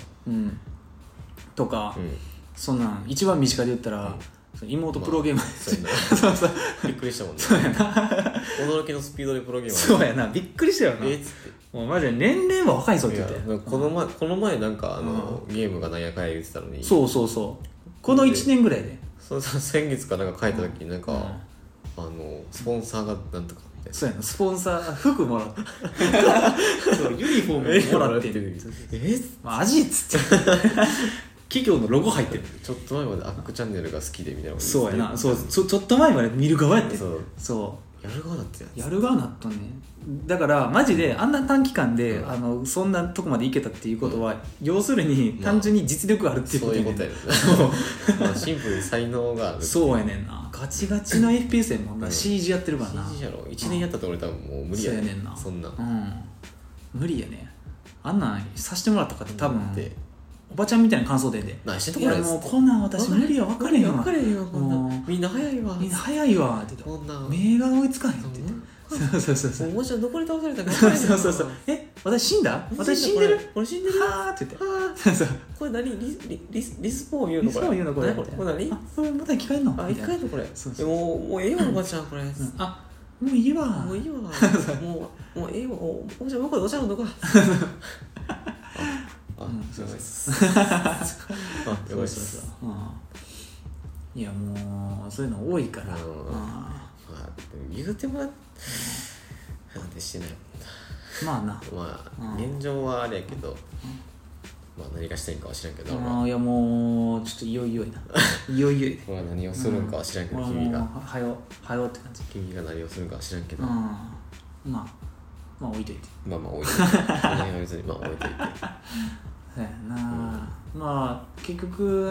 とか、そんなん一番身近で言ったら妹プロゲーマー、 そうびっくりしたもんね。 そうやな驚きのスピードでプロゲーマー。 そうやな、びっくりしたよな。 つってもうマジで年齢は若いぞって言って、 この前なんかゲームがなんやかんや言ってたのに、 そうこの1年ぐらいで、 先月かなんか書いた時になんかスポンサーがなんとかみたいな、 そうやな、スポンサー服もらってユニフォームもらってる、マジっつって企業のロゴ入ってる。 ちょっと前までアックチャンネルが好きでみたいな。 そうやな、ちょっと前まで見る側やって。そうやる側なってやつ、 やる側なっとんね。だからマジであんな短期間で、そんなとこまでいけたっていうことは、要するに単純に実力があるっていうことやねん。 そういうことやねん。シンプルに才能がある。 そうやねんな。ガチガチの FPS やもんな。CG やってるからな。 CG やろ。1年やったって俺多分もう無理やねん。そうやねんな。そんな無理やね。あんなんさしてもらったかって多分おばちゃんみたいな感想で何してんとこれ。 いやもうこんなん私無理や、分かれへんわ、 みんな早いわって言って、目が追いつかへんって言って、そうもうちょっとどこに倒されたかそう私死んだ、私死んでる、 俺死んでるはーって言って、 これ何リスポーン言うのこれ、 これ何これまた生き返んの、 生き返んのこれ、もうええわおばちゃんこれ、 もういいわもうええわおばちゃん僕はお茶飲んどかそういやもうそういうの多いから、 言うてもなんてしてないまあな、 現状はあれやけど、何がしたいんかは知らんけど、 いやもうちょっといよいよやないよいよこれは何をするんかは知らんけど、君がはよって感じ、 君が何をするんかは知らんけど、 まあ置いといて、 置いといて何は別に置いといてそうやな、結局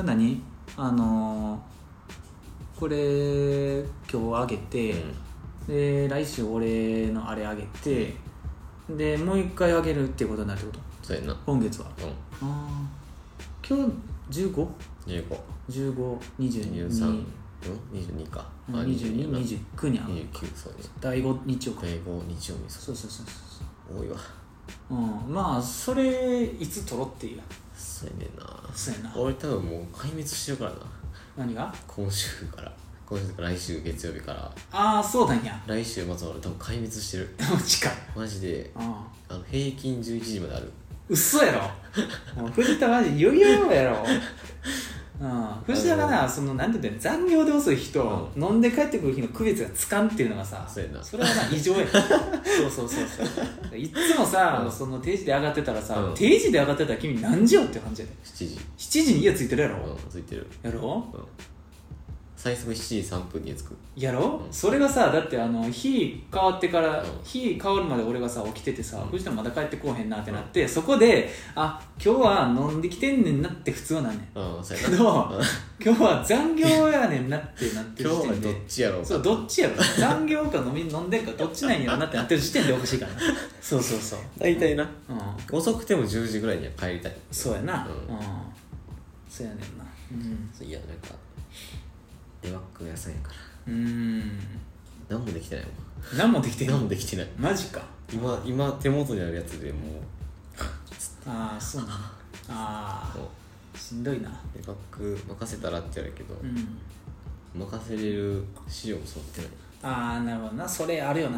これ今日あげて、で来週俺のあれあげて、でもう一回あげるっていうことになるってこと。 そうやな、 今月は。今日15？15、22、23、 22か。 22、29にある。 29、そうね。 第5日曜か。 第5日曜日。 そうそう。 多いわ。 まあそれいつ撮ろうっていう。 そうやねんな。 そうやな。 俺多分もう壊滅してるからな。 何が？ 今週から来週月曜日から。 ああ、そうなんや。 来週末は俺多分壊滅してる。 マジか。 マジで。平均11時まである。 嘘やろ。もう藤田マジ余裕やろ。藤田がな、なんて言うんだよ、残業で遅い日と飲んで帰ってくる日の区別がつかんっていうのがさ、それはな異常や。そういつもさ、その定時で上がってたらさ、定時で上がってたら君何時よって感じやで。 7 時に家着いてるやろ。 着いてるやろ。 最速7時3分に着くやろ、それがさ、だって日変わってから、日変わるまで俺がさ起きててさ、藤田まだ帰ってこうへんなってなって、そこで今日は飲んできてんねんなって普通はなんねんけど、今日は残業やねんなってなってる時点で、 今日はどっちやろうか、 そうどっちやろ、残業か飲んでんかどっちなんやろなってなってる時点でおかしいからな。そう大体な、遅くても10時ぐらいには帰りたい。 そうやな。そうやねんな。 いや、なんかデバッグ屋さんやから。何もできてないもん。 何もできてない。マジか。 今手元にあるやつでもうそうなの。しんどいな。 デバッグ任せたらって言われるけど、任せれる資料も揃ってない。 なるほどな。それあるよな。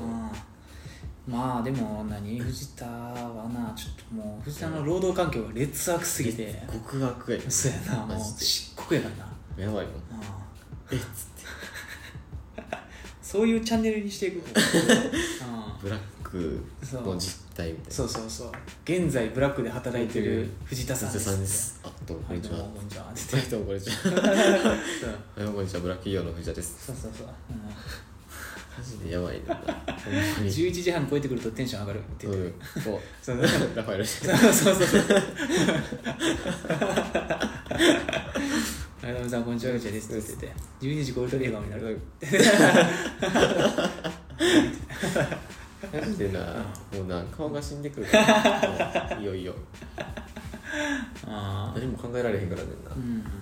まあでも藤田はな、ちょっともう藤田の労働環境が劣悪すぎて、 極悪や。 そうやな。もう漆黒やからな。 やばいもん。っつってそういうチャンネルにしていく。 ブラックの実態みたいな。 そう現在ブラックで働いてる藤田さんです。 どうもこんにちは。 どうもこんにちは。 どうもこんにちは。こんにちは、ブラック企業の藤田です。 そうマジでやばいな。 11時半超えてくるとテンション上がるって言ってる。 そうラファエルして。 あやなみさんこんにちは、藤田ですって言って12時超えると笑顔になる。 マジでな、もうな、顔が死んでくるから、いよいよ何も考えられへんからねんな。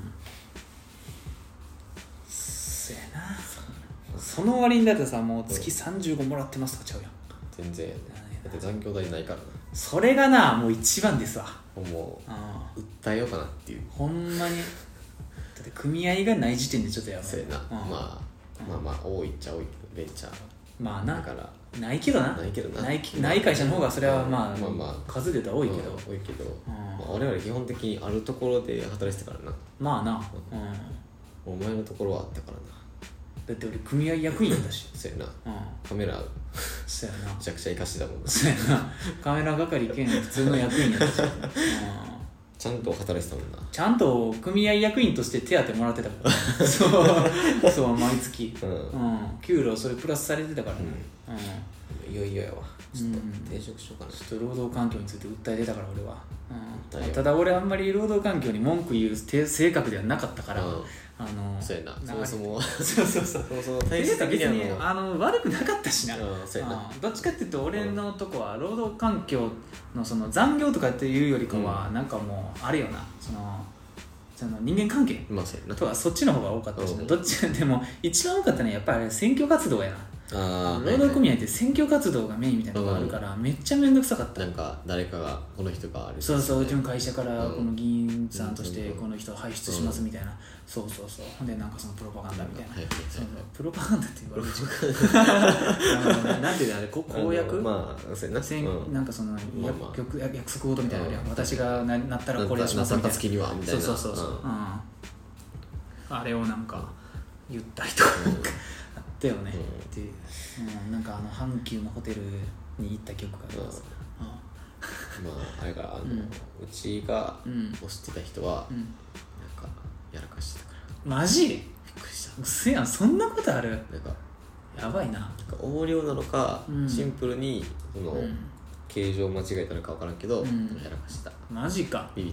そうやな。その割にだってさ、もう月35もらってますとかちゃうやん。 全然やね。だって残業代ないからな。 それがな、もう一番ですわ。 もう訴えようかなっていう。 ほんまにだって組合がない時点でちょっとやばい。 そうやな。まあ多いっちゃ多いけど、ベンチャーまあな、 だからないけどな。ない会社の方がそれはまあ数で言うと多いけど、 我々基本的にあるところで働いてたからな。 まあな。 お前のところはあったからな。 だって俺組合役員だし。 そうやな。カメラそうやな。 めちゃくちゃ生かしてたもんな。 そうやな。カメラ係兼普通の役員やったし。 ちゃんと働いてたもんな。 ちゃんと組合役員として手当もらってたから。そう毎月。給料それプラスされてたからね。 いよいよやわ。ちょっと転職しようかな。 ちょっと労働環境について訴えてたから俺は。ただ俺あんまり労働環境に文句言う性格ではなかったから。 そうやな。そもそも体質的に悪くなかったしな。どっちかっていうと俺のとこは労働環境のその残業とかっていうよりかはなんかもうあれよな、その人間関係とはそっちの方が多かったしな。どっちでも一番多かったのはやっぱり選挙活動やな。労働組合って選挙活動がメインみたいなのがあるから、めっちゃめんどくさかった。 なんか誰かがこの人がある、 そううちの会社からこの議員さんとしてこの人を輩出しますみたいな、そうほんでなんかそのプロパガンダみたいな、プロパガンダって言われるなんていうのあれ、公約、なんかその約束事みたいなのあるやん。私がなったらこれしますみたいな、そうあれをなんか言ったりとかあったよね。でなんか阪急のホテルに行った記憶があります。 あれがうちが推してた人はなんかやらかしてたから。 マジ？ びっくりした。 うせやん、そんなことある？なんかやばいな。 なんか横領なのかシンプルにその形状間違えたのか分からんけどやらかした。 マジか。 ビビった。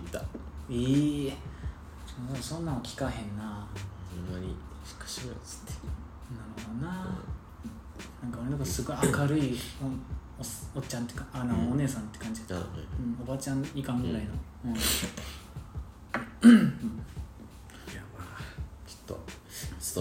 そんなの聞かへんな。 ほんまにしっかりしろよっつって。 なるほどな。なんか俺の子すごい明るいおっちゃんってかお姉さんって感じだった。おばちゃんいかんぐらいの。いやまあちょっと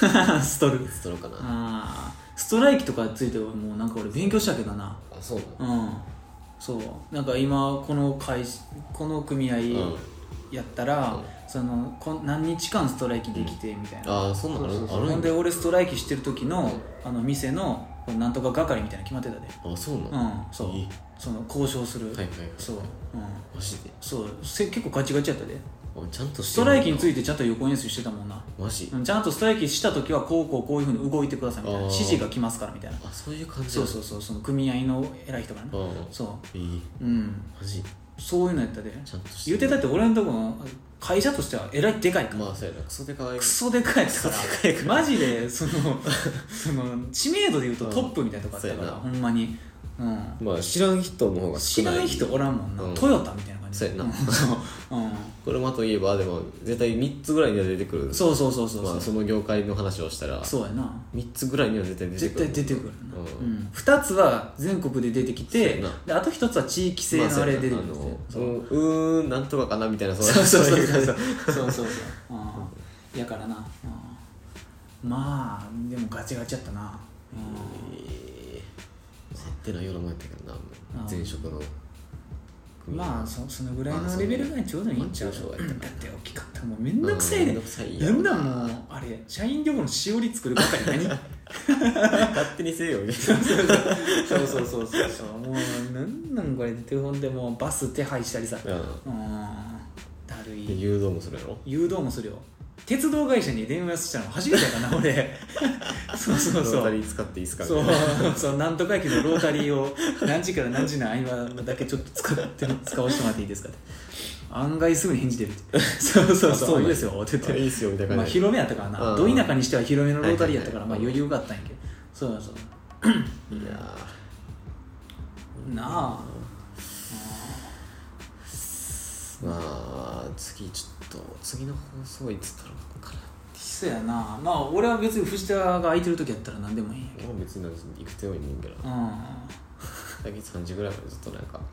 ストロかな。 ストライキとかついてはもうなんか俺勉強したけどな。 そうなの。 そうなんか今この組合やったら、その何日間ストライキできてみたいな。 そんなのある。 ほんで俺ストライキしてる時の店のなんとか係みたいな決まってたで。 そうなの。 そうその交渉する。そうマジで。 そう結構ガチガチやったで。 ちゃんとストライキについてちゃんと横演習してたもんな。 マジ。 ちゃんとストライキした時はこういうふうに動いてくださいみたいな指示が来ますからみたいな。 そういう感じ。 そうその組合の偉い人がね。そうマジ。 そういうのやったで。 ちゃんと言ってたって俺のとこの会社としてはえらいでかいから。 そうやな。クソでかいからマジでその知名度でいうとトップみたいなとこあったからほんまに。 知らん人の方が少ない。 知らん人おらんもんな。トヨタみたいな感じ。 そうやな。車といえばでも絶対3つぐらいには出てくる。 そうその業界の話をしたらそうやな。 3つぐらいには絶対出てくるな。2つは全国で出てきて、であと1つは地域性のあれ出てくる。 なんとかかなみたいな。 そうやからな。まあでもガチガチやったな。 ってないようなもんやったけどな、前職のそのぐらいのレベルがちょうどいいんちゃう。だって大きかったもうめんどくさいね。なんだもうあれ社員旅行のしおり作るばかり何勝手にせえよみたいな。 そうもうなんこれでほんでもうバス手配したりさ。だるい。 誘導もするやろ。 誘導もするよ。鉄道会社に電話したの初めてやからな俺。そうロータリー使っていいっすかね。 そうなんとか駅のロータリーを何時から何時の合間だけちょっと使わせてもらっていいですかって。案外すぐに返事出るって。そういいですよって言って。 いいっすよみたいな。 広めやったからな。ど田舎にしては広めのロータリーやったから余裕があったんやけど。そういやなあ。 次の放送いつ撮ろうかな。 そうやな。俺は別に藤田が空いてる時やったら何でもいいんやけど。 別に行く手はいいねんけど。最近3時ぐらいまでずっとなんか。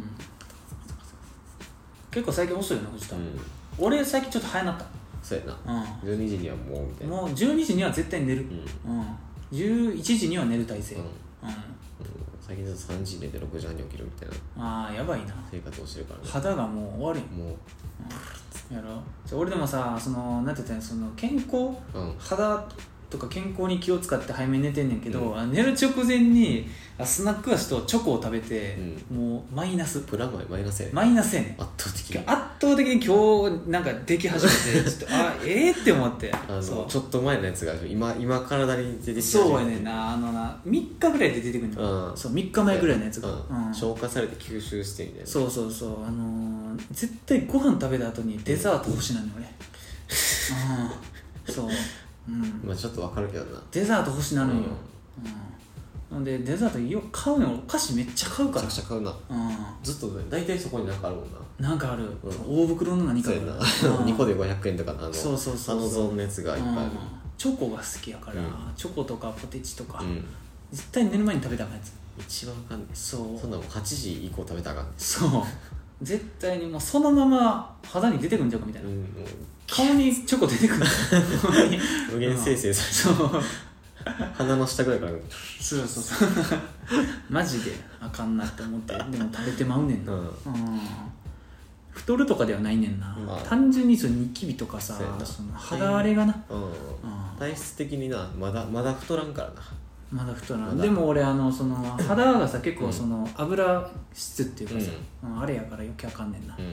結構最近遅いよな藤田。俺最近ちょっと早なった。 そうやな。12時にはもうみたいな。 もう12時には絶対寝る。11時には寝る体制。 最近ずっと3時寝て6時半に起きるみたいな。 やばいな。 生活をしてるからね。 肌がもう終わるよ。もう。やろ。俺でもさ、なんて言ったら健康、肌とか健康に気を使って早めに寝てんねんけど、寝る直前にスナック菓子とチョコを食べて、もうマイナス。 マイナスやね。 マイナスやねん。圧倒的に今日なんかでき始めて、ちょっとって思って。 ちょっと前のやつが今体に出てきて。 そうやねんな。3日ぐらいで出てくるの。そう3日前ぐらいのやつが。 消化されて吸収してみたいな。 そう。絶対ご飯食べた後にデザート欲しいなの俺。そう。 ちょっとわかるけどな。 デザート欲しなるんよ。なんでデザートよく買うの。お菓子めっちゃ買うから。 めちゃくちゃ買うな。ずっとね、大体そこに何かあるもんな。 なんかある。大袋の何かある。 2個で500円とかのそうゾーンのやつがいっぱいある。 チョコが好きやから、チョコとかポテチとか絶対寝る前に食べたかやつ。 一番あかんねん。 そんなもん8時以降食べたらあかんねん。 そう絶対にもうそのまま肌に出てくんちゃうかみたいな。顔にチョコ出てくる。 無限生成されて。そう鼻の下ぐらいから。 そうマジであかんなって思って。でも食べてまうねんな。太るとかではないねんな。単純にニキビとかさ、肌荒れがな。 体質的にな、まだ太らんからな。 まだ太らん。でも俺肌がさ結構油質っていうかさ、あれやから余計あかんねんな。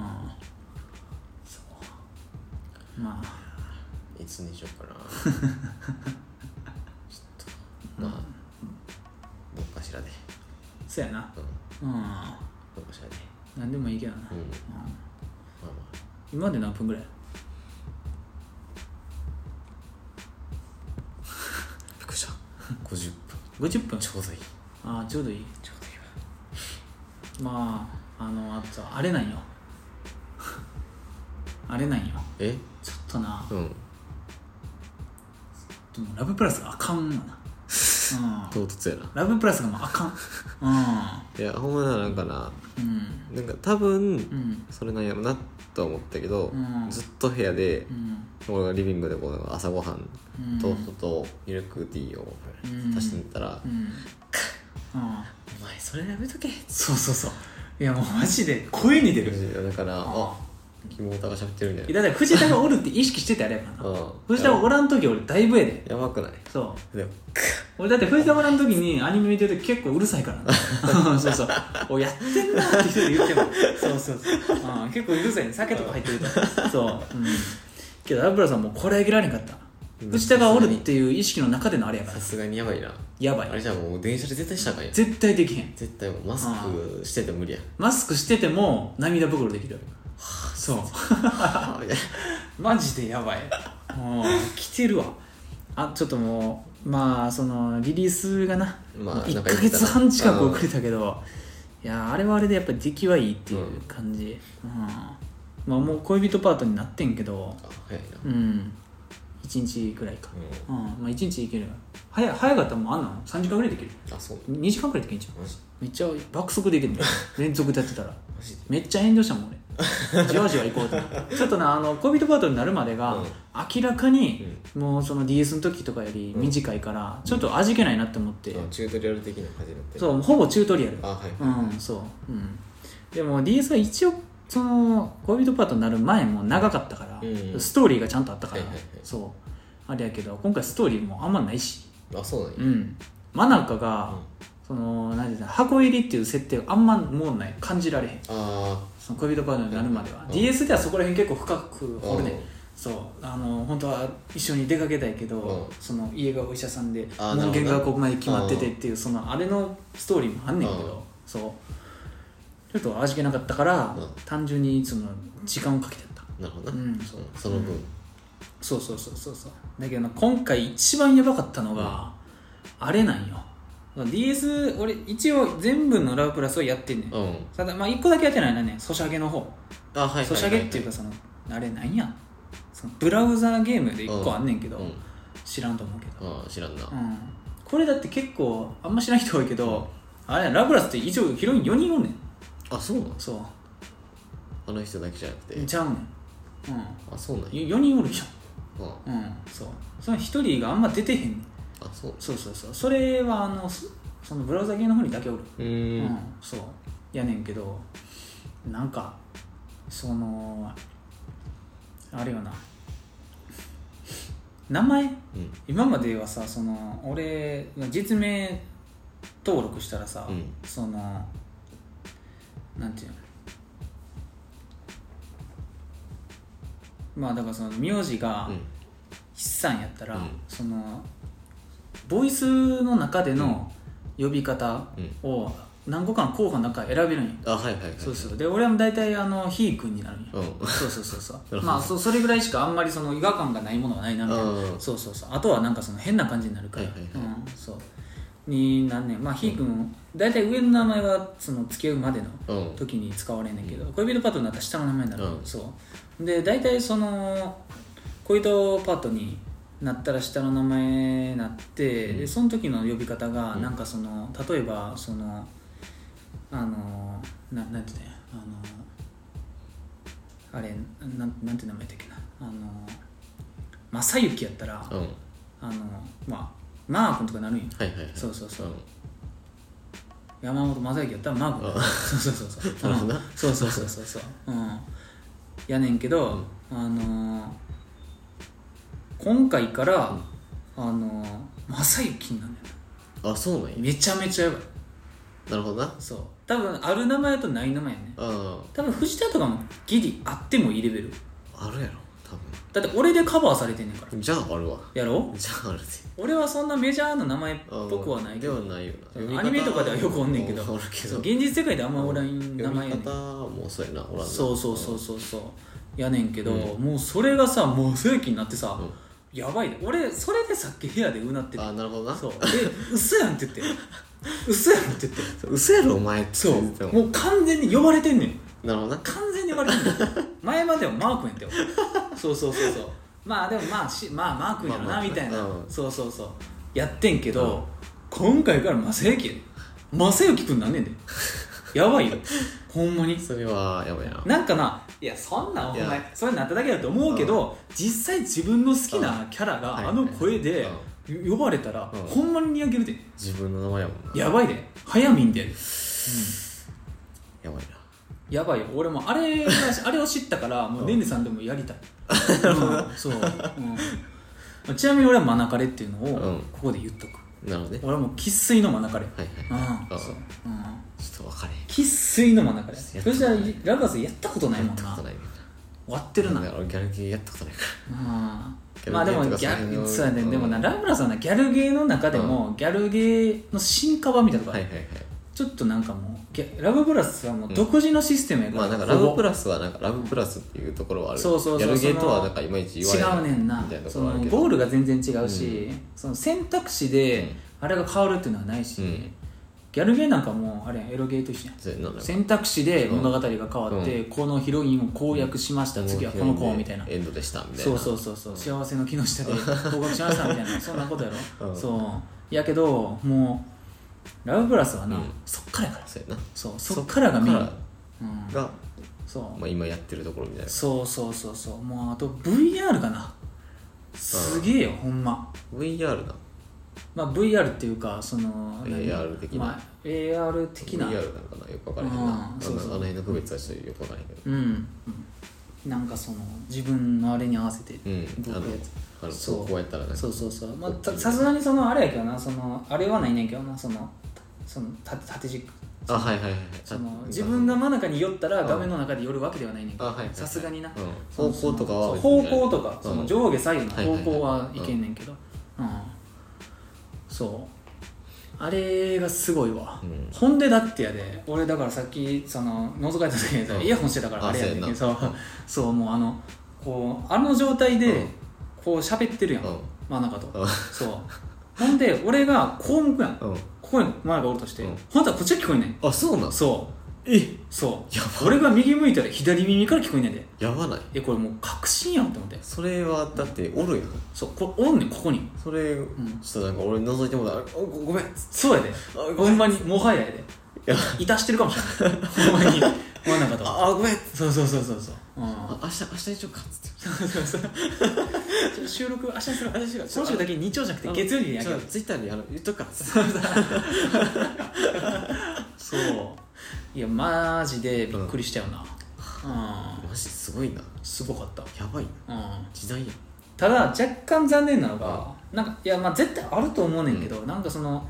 そういつにしようかな。ちょっとどっかしらで。 そうやな。 どっかしらで。 何でもいいけどな。今まで何分ぐらい？50分。 ちょうどいい。 ちょうどいい。わ。あとあれなんよ。ちょっとな。でもラブプラスがあかんわな。 唐突やな。 ラブプラスがもうあかん。 いやほんまなんかな、なんか多分、それなんやろなと思ったけど、ずっと部屋で、俺がリビングでこう朝ごはん、トーストとミルクティーを足してみたら、お前それやめとけ。 そういやもうマジで声に出る。 だからキモータが喋ってるみたいな。 だから藤田がおるって意識しててあれやからな。藤田がおらん時俺だいぶやで。 やばくない？ そうでも俺だって藤田がおらん時にアニメ見てる時結構うるさいからな。そうおやってんなって一人で言ってもそう結構うるさいね。酒とか入ってるとそうけどラブラさんもこれあげられんかった。藤田がおるっていう意識の中でのあれやから。 さすがにやばいな。 やばい。 あれじゃあもう電車で絶対したらあかんやん。 絶対できへん。 絶対もうマスクしてても無理やん。 マスクしてても涙袋できる。そうマジでやばい。もう来てるわ。ちょっともうまあそのリリースがな、1ヶ月半近く遅れたけど、いやあれはあれでやっぱり出来はいいっていう感じ。まあもう恋人パートになってんけど、1日くらいか。まあ1日いける。早かったらもうあんなの3時間ぐらいできる。2時間くらいできるんちゃう。めっちゃ爆速できるんだよ。連続でやってたらめっちゃ遠慮したもん俺。じわじわ行こうと思ってちょっとな恋人パートになるまでが、明らかにもうその DS の時とかより短いからちょっと味気ないなって思って、 チュートリアル的な感じになってる。 そうほぼチュートリアル。でも DS は一応その恋人パートになる前も長かったから、ストーリーがちゃんとあったから、そうあれやけど今回ストーリーもあんまないし。 そうなんや。 真中が、その何て言うの箱入りっていう設定があんまもうない感じられへん。その恋人パートになるまでは、DS ではそこら辺結構深く掘るね。そう本当は一緒に出かけたいけど、その家がお医者さんで門限がここまで決まっててっていうそのあれのストーリーもあんねんけど、そうちょっと味気なかったから、単純にその時間をかけてやった。 なるほどな。その分そうだけど今回一番やばかったのが、あれなんよ。DS 俺一応全部のラブプラスをやってんねん。ただ1個だけやってないのね、ソシャゲの方。ソシャゲっていうかそのあれなんや、そのブラウザーゲームで1個あんねんけど、知らんと思うけど。 知らんな。 これだって結構あんま知らん人多いけど、あれラブプラスって一応ヒロイン4人おんねん。 そうなの？ そうあの人だけじゃなくてちゃうねん。 そうなんや。 4人おるじゃん。そうその1人があんま出てへんねん。 そうそれはそのブラウザ系の方にだけおる。そうやねんけど、なんかそのあれよな、名前、今まではさ、その俺実名登録したらさ、そのなんていうの、まあだからその名字が筆算やったら、そのボイスの中での呼び方を何個かの候補の中から選べるんよ。そうで俺は大体ひーくんになるんよ。そうまあそれぐらいしかあんまりその違和感がないものはないなみたいな。そうあとはなんかその変な感じになるからそうになんねん。まあひーくん大体上の名前はその付き合うまでの時に使われんねんけど、恋人パートになったら下の名前になる。そうで大体その恋人パートになったら下の名前になって、でその時の呼び方がなんかその例えばそのなんていうの、あれなんて名前だっけな、正幸やったらまあマー君とかなるんよ。そう山本正幸やったらマー君。そうやねんけど、今回から正幸になんねん。 そうなんや。 めちゃめちゃやばい。 なるほどな。 そう多分ある名前とない名前やね。多分藤田とかもギリあってもいいレベルあるやろ多分。 だって俺でカバーされてんねんから。 じゃああるわ。 やろ？ じゃああるで。 俺はそんなメジャーな名前っぽくはないけど。 ではないよな。アニメとかではよくおんねんけど。現実世界であんまおらん名前やねん。 読み方もそうやな、おらんな。 そうやねんけど、もうそれがさもう正規になってさ、やばいね。俺それでさっき部屋でうなってて。 なるほどな。 そうで嘘やんって言って嘘やろって言って嘘やろお前って。 そうもう完全に呼ばれてんねん。 なるほどな。 完全に呼ばれてんねん。前まではマー君やったよ。そうまあでもまあマー君やろなみたいな。そうやってんけど、 今回から正行やで。正行くんなんねんで。やばいよほんまに。 それはやばいな。 なんかな、いやそんなんお前それになっただけだと思うけど、実際自分の好きなキャラがあの声で呼ばれたらほんまににやけるで。 自分の名前やもんな。 やばいで。早見んで、 やばいな。 やばいよ。俺もあれを知ったからもうねんねさんでもやりたい。そう、ちなみに俺はマナカレっていうのをここで言っとく。 なるほどね。 俺はもう生粋のマナカレ。 そう。ちょっと分かれへん。 生粋のマナカレ。そしたらラブラスやったことないもんな。終わってるな。 俺ギャルゲーやったことないから。 まあでもそうやね。でもなラブラスはなギャルゲーの中でもギャルゲーの進化版みたいなとこちょっとなんかもうラブプラスはもう独自のシステムやから、 まあなんかラブプラスはなんかラブプラスっていうところはある。そうギャルゲーとはなんかいまいち言わない違うねんな。そのゴールが全然違うし、その選択肢であれが変わるっていうのはないし、ギャルゲーなんかもうあれエロゲーと一緒やん。選択肢で物語が変わって、このヒロインを攻略しました、次はこの子みたいな、 エンドでしたみたいな。 そう幸せの木の下で合格しましたみたいなそんなことやろ。そうやけどもうラブプラスはな、そっからやから。そっからがメインが、まあ今やってるところみたいな。 そうもうあと VR かな。すげえよほんま。 VR な。 まあ VR っていうかその AR 的な、 AR 的な VR なんかなよく分からへんな。あの辺の区別はしてよく分からへんけど、 なんかその自分のあれに合わせて動くやつ。こうやったらね。 そうまあさすがにそのあれやけどな、そのあれはないねんけどな、その縦軸、その自分が真ん中に寄ったら画面の中で寄るわけではないねんけど、さすがにな方向とかは方向とかその上下左右の方向はいけんねんけど、そうあれがすごいわ。ほんでだってやで、俺だからさっきその覗かれた時にイヤホンしてたからあれやねんけど、そうもうこうあの状態でこう喋ってるやん、真ん中と。そうほんで俺がこう向くやん、ここに前がおるとして、ほんとはこっちが聞こえんねん。 あ、そうなん。 そう俺が右向いたら左耳から聞こえんねんで。 やばない。 これもう確信やんって思って。 それはだっておるやん。 そうこれおんねん、ここに。 それちょっとなんか俺覗いてもらう。ごめん。 そうやで、ほんまにもはやでいたしてるかもしれないほんまに真ん中とか。 ごめん。 そう明日にしようかっつって。 収録明日にする。今週だけ日曜じゃなくて月曜日にやる。 ツイッターに言っとくから。 そういやマジでびっくりしちゃうな。 マジすごいな。 すごかった。 やばいな。時代や。 ただ若干残念なのが、なんかいやまあ絶対あると思うねんけど、なんかその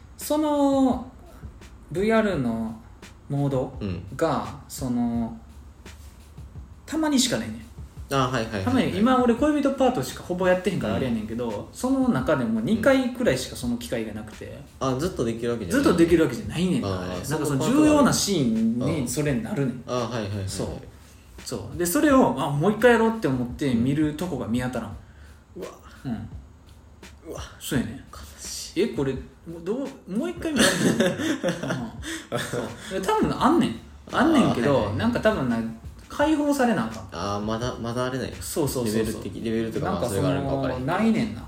VR のモードがそのたまにしかないねん。たまに今俺恋人パートしかほぼやってへんからあれやねんけど、その中でも2回くらいしかその機会がなくて、 ずっとできるわけじゃない。 ずっとできるわけじゃないねんな。なんかその重要なシーンにそれになるねん。そうでそれをもう一回やろうって思って見るとこが見当たらん。うわそうやねん。悲しい。これもう一回見られるの多分あんねんけど、なんか多分な解放されなあかん。 まだあれない。 そうレベルとかなんかそのないねんな。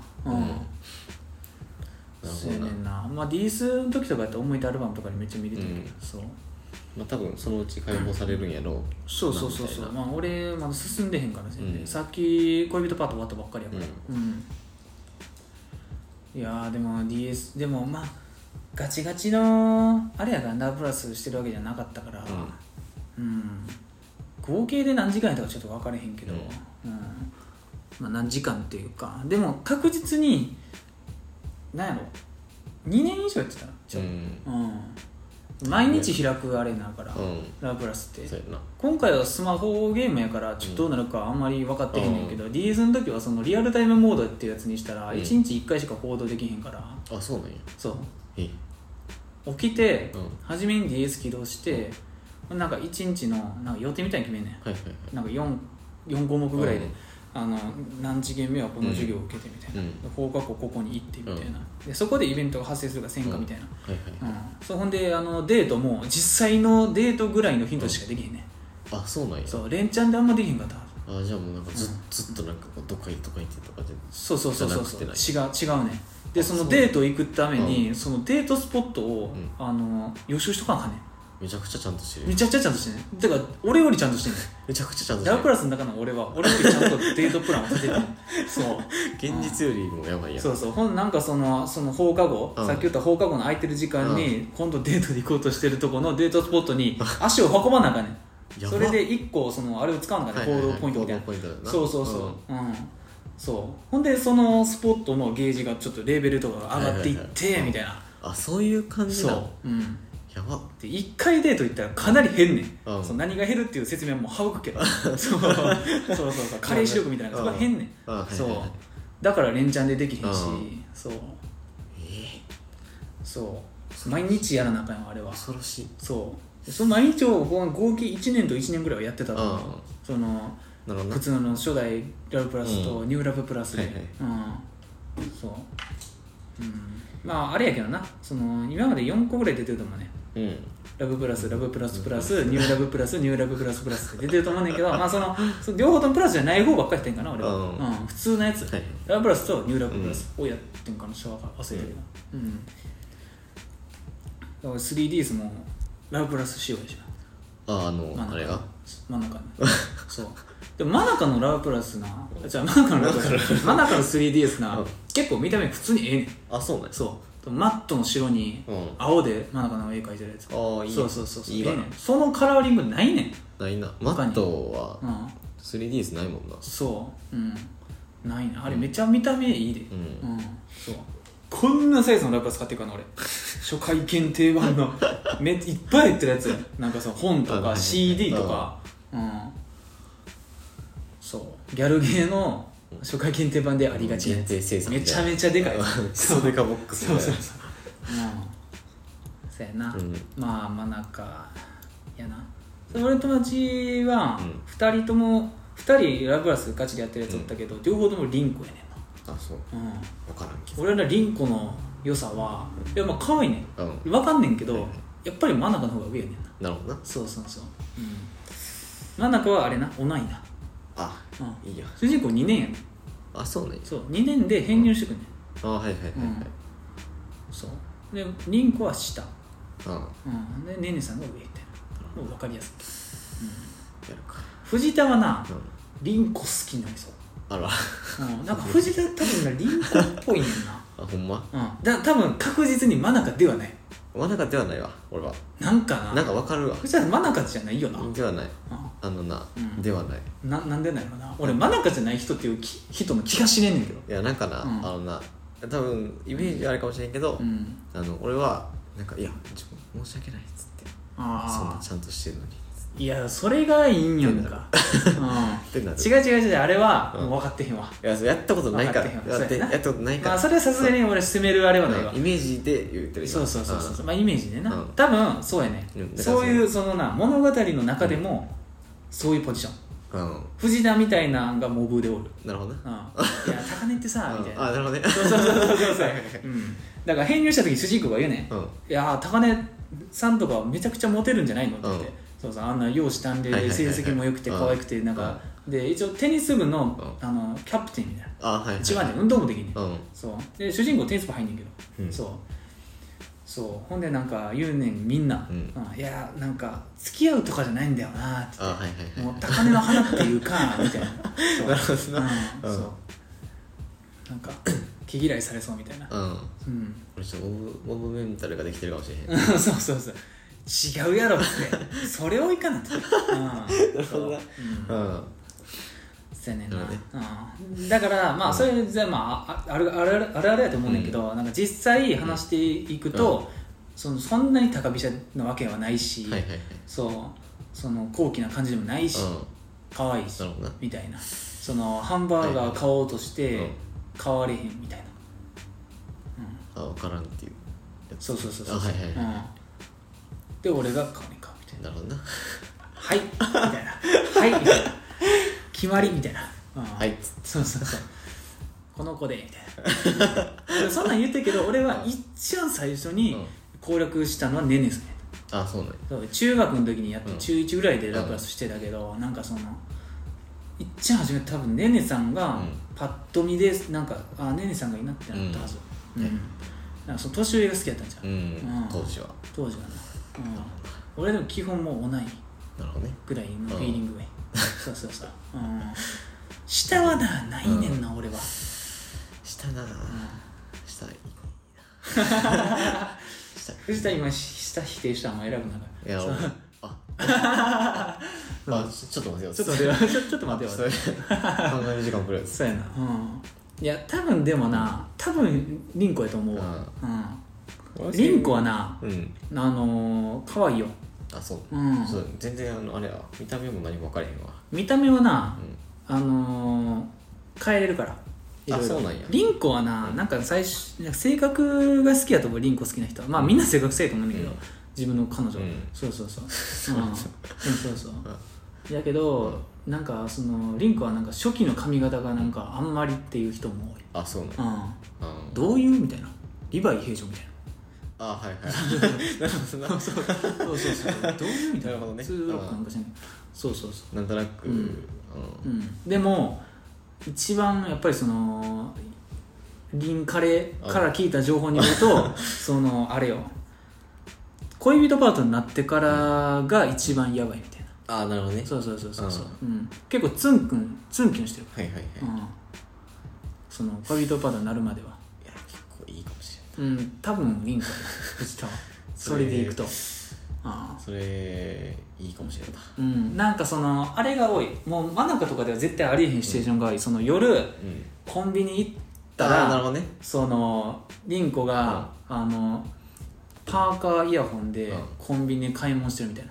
そうやねんな。まあ DS の時とかやったら思い出アルバムとかにめっちゃ見れてるけど、そうまあ多分そのうち解放されるんやろう。 そうまあ俺まだ進んでへんから全然、さっき恋人パート終わったばっかりやから、いやでも DS でもまあガチガチのあれやからラブプラスしてるわけじゃなかったから、合計で何時間やったかちょっと分かれへんけど、まあ何時間っていうか、でも確実に何やろ2年以上やってたなちょっと、毎日開くあれになるから、ラブプラスって今回はスマホゲームやからちょっとどうなるかあんまり分かってへんねんけど、DS の時はそのリアルタイムモードっていうやつにしたら1日1回しか行動できへんから、 そうなんや。 そう起きて初めに DS 起動して、なんか1日のなんか予定みたいに決めんねん。なんか4項目ぐらいで、何次元目はこの授業を受けてみたいな、放課後ここに行ってみたいな、でそこでイベントが発生するかせんかみたいな、そうほんでデートも実際のデートぐらいのヒントしかできへんねん。 そうなんや。 そう連チャンであんまできへんかった。 あじゃあもうなんかずっとなんかこうどっか行ってとかじゃそう違うね。でそのデート行くために、そのデートスポットを、予習しとかなあかんねん。 めちゃくちゃちゃんとしてる。 めちゃくちゃちゃんとしてね。だから俺よりちゃんとしてんねん。 めちゃくちゃちゃんとしてる。 ラブクラスの中の俺よりちゃんとデートプランを立ててる。そう現実よりもやばいやん。 そうなんかその放課後、さっき言った放課後の空いてる時間に、今度デートで行こうとしてるとこのデートスポットに足を運ばなあかんねん。それで1個あれを使うのかね、行動ポイントみたいな。そうほんでそのスポットのゲージがちょっとレベルとかが上がっていってみたいな。 あそういう感じだ。 そうやばで1回デート行ったらかなり減んねん。そう何が減るっていう説明はもう省くけどそうカレー視力みたいなのがそこは減んねん。そうだから連チャンでできへんし、そう毎日やらなあかんよあれは。 恐ろしい。 その毎日を合計1年と1年ぐらいはやってたと思う。その普通の初代ラブプラスとニューラブプラスで、まああれやけどな、今まで4個ぐらい出てると思うね。ラブプラスラブプラスプラスニューラブプラスニューラブプラスプラスって出てると思うねんけど、まあその両方ともプラスじゃない方ばっかりやってんかな俺は。普通のやつ、ラブプラスとニューラブプラスをやってんかな、忘れたけど。だから 3DS もラブプラス仕様でしょ。 あれが真ん中にそうでも真中のラブプラスな、じゃあ真中のラブプラス真中の 3DS な、結構見た目普通にええねん。 あそうね。 そうマットの白に青で真中の絵描いてるやつ。 いい。 そういいねん。そのカラーリングないねん。 ないな。マットは 3DS ないもんな。 そうないねん。あれめっちゃ見た目いいで。そうこんなサイズのラブプラス買ってるからな俺初回限定版のいっぱい入ってるやつ。なんか本とか CD とか、そうギャルゲーの初回限定版でありがちなやつ。めちゃめちゃでかいそうデカボックス。そうやな。まあ真中やな。俺の友達は2人とも2人ラブプラスガチでやってるやつだったけど、両方ともリンコやねんな。 あそう分からんけど、 俺らリンコの良さは、いやまあ可愛いねん、分かんねんけど、やっぱり真中の方が上やねんな。なるほどな。 そう、真中はあれな、同いな。 いいや。 主人公2年やねん。 あそうね。 そう2年で編入してくんねん。 はい。 そうでリンコは下。でねねさんが上みたいな。もう分かりやすく。やるか。藤田はな、リンコ好きになりそう。 あらなんか藤田多分なリンコっぽいねんな。 ほんま。 多分確実に真中ではない。 真中ではないわ俺は。 なんか分かるわ。 藤田真中じゃないよな。 ではない。ではない。 なんでないのな。俺真中じゃない人っていう人の気がしねんねんけど。 いやなんかな、多分イメージあれかもしれんけど、俺はなんかいや申し訳ないっつって、そんなちゃんとしてるのに。 いやそれがいいんやんか。違うあれはもう分かってへんわ。 いややったことないから。やったことないから。 それはさすがに俺責めるあれはないわ。 イメージで言ってる。そうまあイメージでな。多分そうやね。そういう物語の中でもそういうポジション。藤田みたいなのがモブでおる。 なるほどね。 いや高根ってさみたいな。 なるほどね。 そうだから編入した時主人公が言うね。いや高根さんとかめちゃくちゃモテるんじゃないのって言って。あんな容姿端麗で成績も良くて可愛くてなんかで一応テニス部のキャプテンみたいな。一番ね運動もできんねん。そうで主人公テニス部入んねんけど、そうほんでなんか言うねんみんな、いやなんか付き合うとかじゃないんだよなって言って、もう高嶺の花っていうかみたいな。なるほどな。そうなんか毛嫌いされそうみたいな。 俺ちょっとモブメンタルができてるかもしれへん。 そう違うやろってそれをいかなって。なるほどな。そうやねんな。だからまあそれでまああるやと思うねんけど、なんか実際話していくとそんなに高飛車なわけはないし、その高貴な感じでもないし、可愛いしみたいな。ハンバーガー買おうとして買われへんみたいな。分からんっていう。 そうで俺が買うねんかみたいな。 なるほどな。 はいみたいな。はいみたいな。決まりみたいな。 はい。 そうこの子でみたいな。そんなん言ってるけど俺は一番最初に攻略したのはねねすね。 そうね。 中学の時にやって中1ぐらいでラブプラスしてたけど、なんかいっちゃん初め多分ねねさんがパッと見でなんかねねさんがいいなってなったはず、なんかその年上が好きだったんじゃん、 当時はな、 俺でも基本もう同いぐらいのフィーリングがいい、そうそうそう、下はないねんな、俺は下な、下いいな藤田今下否定したらお前偉くなる。いやちょっと待てよちょっと待てよ考える時間くらいです。 そうやな、いや多分でもな、多分リンコやと思うわ、リンコはな、可愛いよ。 あ、そう、そう全然あれや、見た目も何も分かれへんわ。 見た目はな、変えれるから。 あ、そうなんや。 リンコはな、なんか最初性格が好きやと思う。リンコ好きな人はまあみんな性格性と思うんだけど、自分の彼女、そうそうやけどなんかそのリンコはなんか初期の髪型がなんかあんまりっていう人も多い。 あ、そうなんや。 どういうみたいな、リヴァイ兵長みたいな。 はいはいそうどういうみたいな。普通ロックなんかしない。そうなんとなく、 でも一番やっぱりそのリンカレから聞いた情報によるとそのあれよ、恋人パートになってからが一番やばいみたいな。 なるほどね。 そう、結構ツンキュンしてる。その恋人パートになるまでは。 いや結構いいかもしれない。 多分リンカ藤田はそれでいくとそれいいかもしれない。 なんかそのあれが多い。もう真中とかでは絶対ありえへんシチュエーションが多い。その夜、コンビニ行ったら、 なるほどね、 そのリンコが、パーカーイヤホンでコンビニで買い物してるみたいな、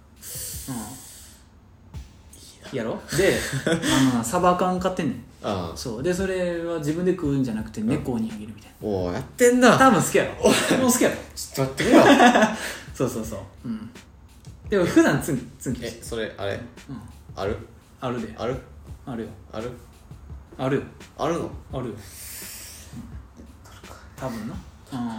やろでサバ缶買ってんねん。そうでそれは自分で食うんじゃなくて猫にあげるみたいな。 おー、やってんな。 多分好きやろ。もう好きやろ。 ちょっと待ってくれよ。 そうでも普段ツンキそれあれ、あるであるあるよあるあるよあるのあるよ、多分な。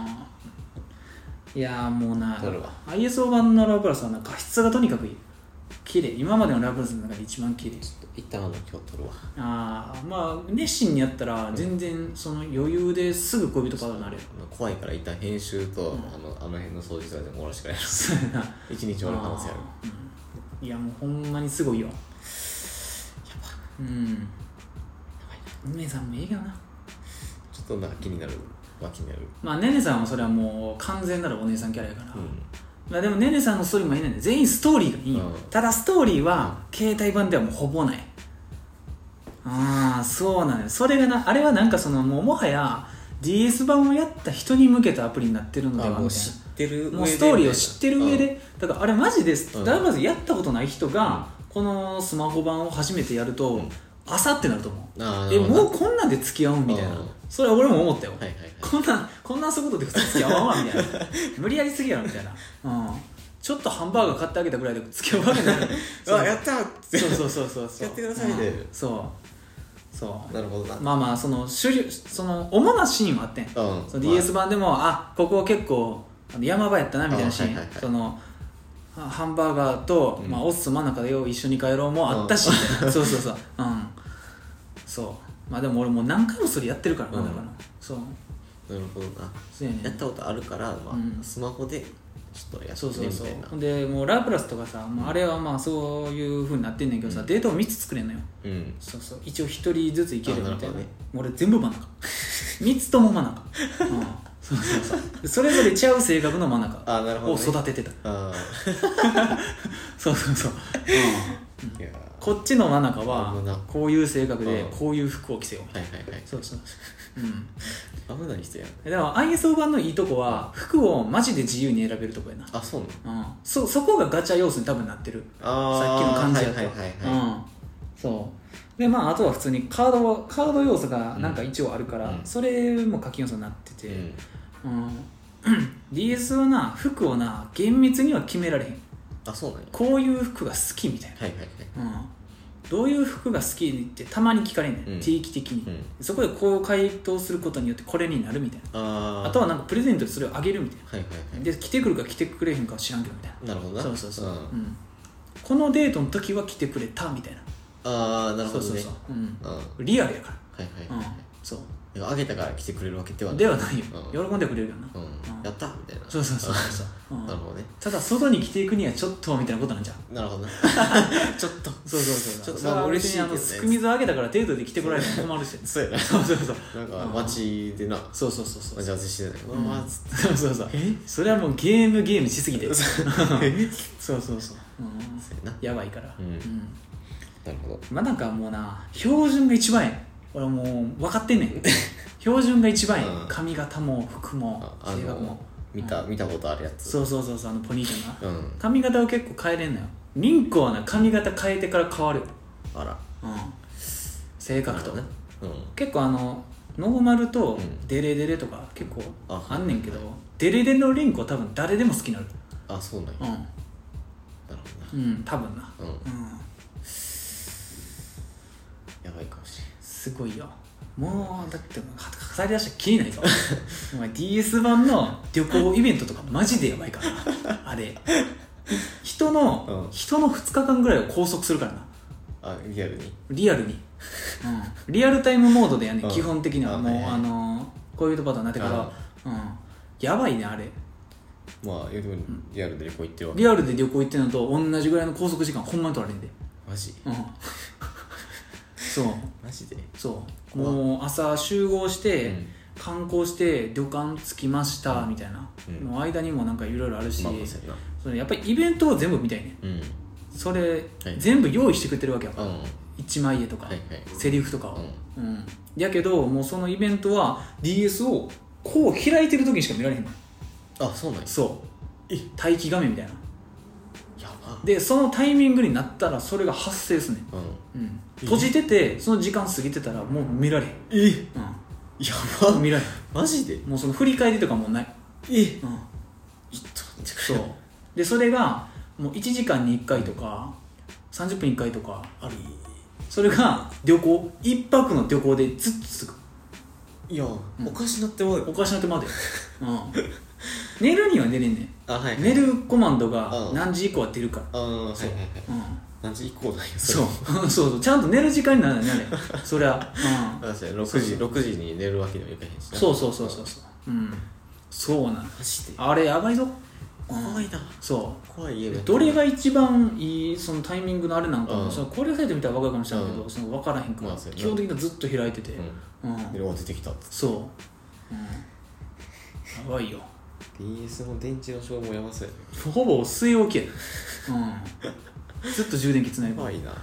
いやもうな ISO 版のラブラスはな、画質がとにかくいい、綺麗。今までのラブラスの中で一番綺麗。 一旦今日撮るわ。 まあ熱心にやったら全然その余裕ですぐ恋人パートになれる。 怖いから一旦編集と、あの辺の掃除とかでもおろしてからやる。そうやな、一日終わる可能性ある。 いやもうほんまにすごいよ。やばやばいな。お姉さんもいいけどな。 ちょっとなんか気になる。 まあねねさんはそれはもう完全なるお姉さんキャラやから、まあでもねねさんのストーリーもいいねんで、全員ストーリーがいいよ、ただストーリーは携帯版ではもうほぼない。そうなのよ。それがな、あれはなんかそのもはや DS 版をやった人に向けたアプリになってるのではみたいな。もう知ってる上で、もうストーリーを知ってる上で、だからあれマジです。だからまずやったことない人がこのスマホ版を初めてやると、朝ってなると思う。もうこんなんで付き合うんみたいな。それは俺も思ったよ。こんなそういうことで普通に付き合わんわみたいな。無理やりすぎやろみたいな。ちょっとハンバーガー買ってあげたぐらいで付き合うわけない。 やったーって。 そうやってくださいで。 そうなるほどな。 まあその主なシーンはあってん。その DS 版でもここ結構山場やったなみたいなシーン。そのハンバーガーとオッス真ん中でよ一緒に帰ろうもあったし、そうまあでも俺もう何回もそれやってるからな。だからそうなるほどな。やったことあるからスマホでちょっとやってみたいな。 でもうラプラスとかさ、あれはまあそういう風になってんねんけどさ、データを3つ作れんのよ。一応1人ずついけるみたいな。俺全部真中3つとも真中。それぞれ違う性格の真中を育ててた。そうこっちの真中はこういう性格でこういう服を着せようみたいな。 危ない人やん。 でも ISO 版のいいとこは服をマジで自由に選べるとこやな。 そうなの。 そこがガチャ要素に多分なってる。さっきの感じやった。そうであとは普通にカード要素がなんか一応あるから、それも課金要素になってて、DS はな服をな厳密には決められへん。 そうなんや。 こういう服が好きみたいな。どういう服が好きってたまに聞かれんねん、定期的に、そこでこう回答することによってこれになるみたいな。あとはなんかプレゼントでそれをあげるみたいな。で着てくるか着てくれへんかは知らんけどみたいな。 なるほどな。 このデートの時は着てくれたみたいな。 ああなるほどね。 そうそうそう、うん、リアルやから。 はいはい、はい、 そうあげたから来てくれるわけではないよ、喜んでくれるよな、 やったみたいな。 そうそうそうそう、 なるほどね。 ただ外に着ていくにはちょっとみたいなことなんじゃん。 なるほどなちょっとそうちょっとまあ嬉しいけどね。 すく水あげたから程度で来てこられたら困るしそうやな。 そうそうそうなんか街でなそうそうそう待ち合わせしてたよな、 そうそうそうそれはもうゲームしすぎてそうそうそうやばいから。 なるほど。 まあなんかもうな標準が一番やん。俺もう分かってんねん標準が一番やん。髪型も服も性格も見たことあるやつ。 そうポニーテールな、髪型を結構変えれんのよ。リンコはな髪型変えてから変わる。 あら、 性格と、結構ノーマルとデレデレとか結構あんねんけど、デレデレのリンコは多分誰でも好きになる。 あ、そうなんや。なるほどな。多分な。 やばいかもしれん。 すごいよ。もうだって語り出したらきりないぞお前 DS 版の旅行イベントとかマジでやばいからあれ人の2日間ぐらいを拘束するからな。 あ、リアルに、リアルタイムモードでやねん、基本的には。もう恋人パターンになってから、やばいねあれ。 まあリアルで旅行行ってるわけ。 リアルで旅行行ってるのと同じぐらいの拘束時間ほんまに取られんで。 マジ？ そうマジで。 そうもう朝集合して、観光して旅館着きましたみたいな、もう間にもなんかいろいろあるし、それやっぱりイベントを全部見たいね、それ、全部用意してくれてるわけやから、一枚絵とか、セリフとかを、やけどもうそのイベントは DS をこう開いてる時にしか見られへんの。 あ、そうなんや。 そう待機画面みたいな。でそのタイミングになったらそれが発生すね、閉じててその時間過ぎてたらもう見られへん。やば見られへん。 マジで？ もうその振り返りとかもない。そうでそれがもう1時間に1回とか30分に1回とかある。それが旅行1泊の旅行でずっと続く。 いや、おかしなってまうよ。 おかしなってまうで寝るには寝れんねん。寝るコマンドが何時以降は出るから。何時以降だよ。そうちゃんと寝る時間になるねあれそりゃ 6時に寝るわけにはいかへんしな。 そうそうなんあれやばいぞ。 怖いな。 そう怖い家が。 どれが一番いいそのタイミングのあれなんかもこれサイト見たら分かるかもしれないけど、その分からへんから基本的にはずっと開いてて、 色が出てきた。 そうやばいよ。 DS の電池の消耗やばそうやね。 ほぼ据え置きやずっと充電器つないで。 怖いな。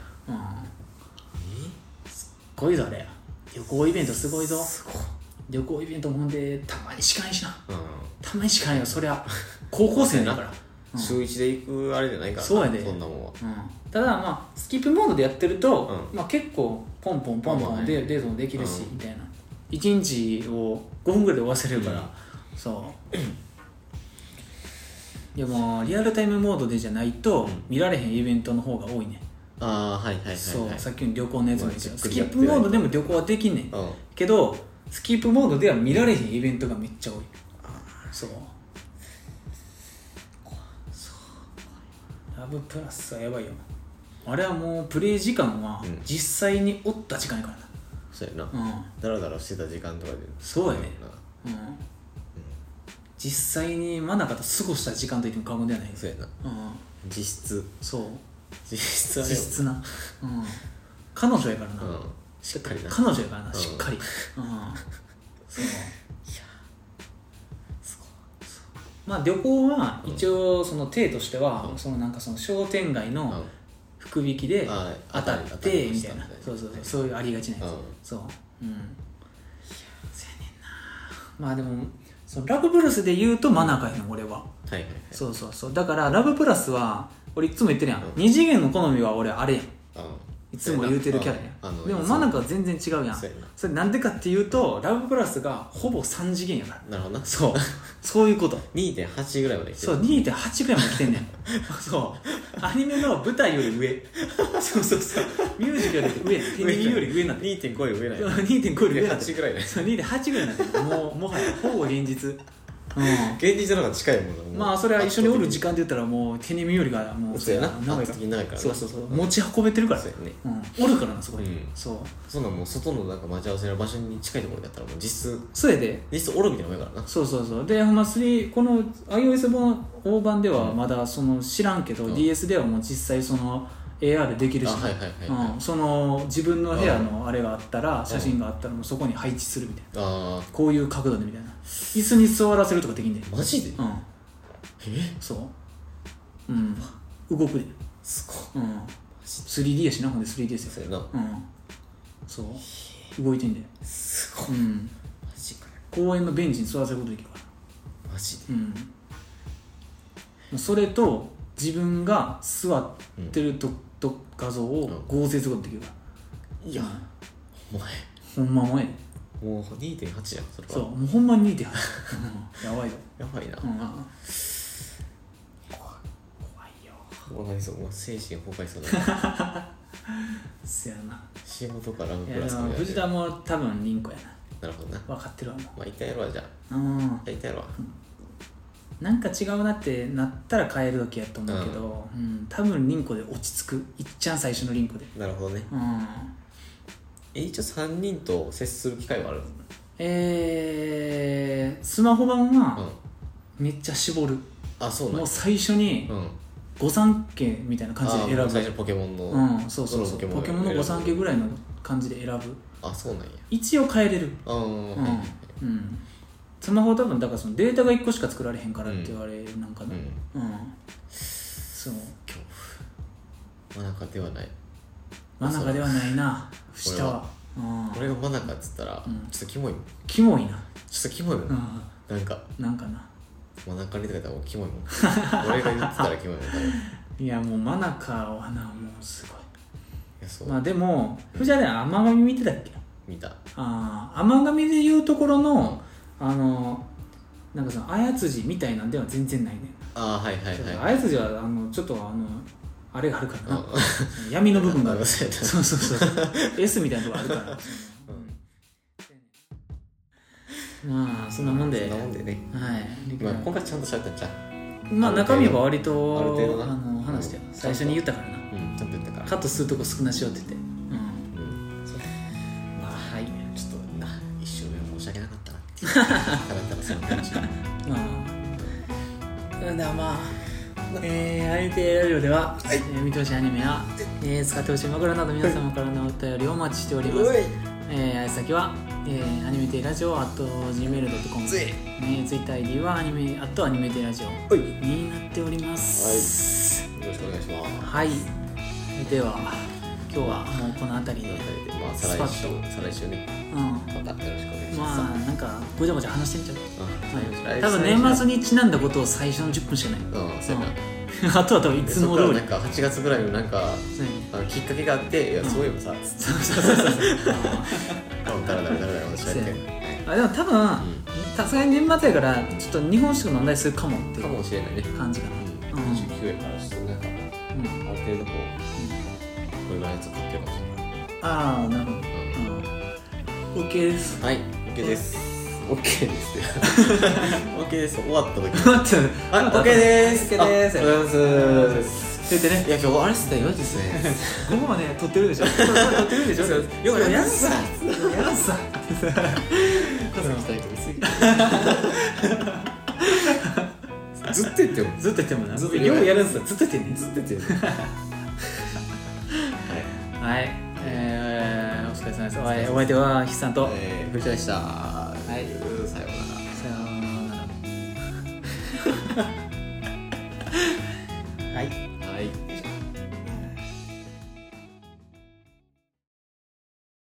すっごいぞあれ。旅行イベントすごいぞ。旅行イベントもほんでたまにしかんしな。たまにしかんよ。そりゃ高校生だから週1で行くあれじゃないからな。 そうやで。 そんなもんは。 ただまあスキップモードでやってると結構ポンポンデートもできるしみたいな。1日を5分ぐらいで終わせれるからそうでもリアルタイムモードでじゃないと見られへんイベントの方が多いね。そうさっきの旅行のやつもいいけどスキップモードでも旅行はできんねんけどスキップモードでは見られへんイベントがめっちゃ多い。そうラブプラスはやばいよ。あれはもうプレイ時間は実際におった時間やからな。 そうやな。ダラダラしてた時間とかで。 そうやね。実際に真中と過ごした時間といっても過言ではない。 そうやな。実質。 そう実質な。彼女やからな。 しっかりな。 彼女やからな、しっかり。そうまあ旅行は一応その体としてはそのなんかその商店街の福引きで当たってみたいな。そういうありがちなやつ。そうそうやねんな。まあでもそのラブプラスで言うと真中やねん俺は。そうだからラブプラスは俺いつも言ってるやん。二次元の好みは俺あれやん。いつも言うてるキャラやん。でも真中は全然違うやん。それなんでかっていうとラブプラスがほぼ3次元やから。 なるほどな。 そういうこと。 2.8 ぐらいまで来てる。 そう 2.8 ぐらいまで来てんねんそうアニメの舞台より上そうミュージカルより上テレビより上になって 2.5 より上ない。 2.5 より上になって 8ぐらいね。 そう 2.8 ぐらいになってもはやほぼ現実現実の方が近いもんな。まあそれは一緒におる時間で言ったらもう手に身よりがもうそうやな、長いから。 そう持ち運べてるから。 そうやね。 おるからなそこに。 そんなんもう外のなんか待ち合わせの場所に近いところだったらもう実質そうやで。 実質おるみたいなもんやからな。 そうで、この iOS 大版ではまだその知らんけど、DS ではもう実際そのAR できるし、その自分の部屋のあれがあったら写真があったらもうそこに配置するみたいな、こういう角度でみたいな、椅子に座らせるとかできんねん。 マジで？ そう動くで。 すごい。 3D やしな。ほんで 3D ですよ。 そうやな。 そう動いてんで。 すごい。マジか。 公園のベンチに座らせることできるから。 マジで。それと自分が座ってると画像を合成することできるから。 いや、 ほんまもえもう 2.8 やんそれは。 そう、もうほんまに 2.8 やばいよ。 やばいな。怖いよ。もう何そう、もう精神崩壊そうだな。 そやな。 仕事からラブプラス藤田も多分リンコやな。なるほどな。 分かってるわもう。 まあ一回やるわじゃあ。一回やるわ。なんか違うなってなったら変える時やと思うけど、多分リンコで落ち着く。いっちゃん最初のリンコで。 なるほどね。一応3人と接する機会はある？ スマホ版はめっちゃ絞る。 あ、そうなん。 もう最初に御三家みたいな感じで選ぶ。 最初ポケモンの。 そうポケモンの御三家ぐらいの感じで選ぶ。 あ、そうなんや。 一応変えれる。スマホは多分だからそのデータが1個しか作られへんからって言われるなんかな。そう。 真中ではない。 真中ではないな。下は。 俺が真中っつったらちょっとキモいもん。 キモいな。 ちょっとキモいもん。なんかな。 真中にとか言ったらもうキモいもん。俺が言ってたらキモいもん。 いやもう真中はな、もうすごい。 いやそう。 まあでも藤田で甘神見てたっけ？ 見た。 甘神でいうところのなんかそのあやつじみたいなんでは全然ないね。あやつじはちょっとあれがあるからな。闇の部分がある。そう S みたいなとこあるから。まあそんなもんで。 そんなもんでね。 はい。 今回ちゃんと喋ったんちゃう？ まあ中身は割とある程度な話して最初に言ったからな。 ちゃんと言ったから。 カットするとこ少なしようって言って。 まあはい。ちょっと一周目申し訳なかったなってただその感じ。 まあアニメテラジオでは見てほしいアニメや使ってほしい枕など皆様からのお便りをお待ちしております。宛先はアニメテラジオ@gmail.com、Twitter ID はアニメテラジオになっております。 よろしくお願いします。 はい。では今日はもうこの辺りで再来週ね。またよろしくお願いします。 まあなんかごちゃごちゃ話してんじゃん。多分年末にちなんだことを最初の10分しかない。あとは多分いつも通り。 なんか8月ぐらいのなんかきっかけがあって、いやそういえばさ、だらおっしゃって。 でも多分さすがに年末やからちょっと日本酒飲んだりするかもっていうかもしれないね感じかな。 29やからちょっとなんかある程度これぐらいのやつ買ってるかもしれない。 なるほど。OK です。 はい、OK です。OK です。OK です。終わった時。 OK です。OK です。 ありがとうございます。 って言ってね。 いや今日あれっすね、4時ですね。 午後はね、撮ってるでしょ。撮ってるでしょ。よくやるさ。やるさ。 ずっと言っても。 ずっと言ってもな。よくやるんすよ。ずっと言ってんね。 ずっと言ってんね。 はい。お疲れ様です。お相手は筆さんと藤田でした。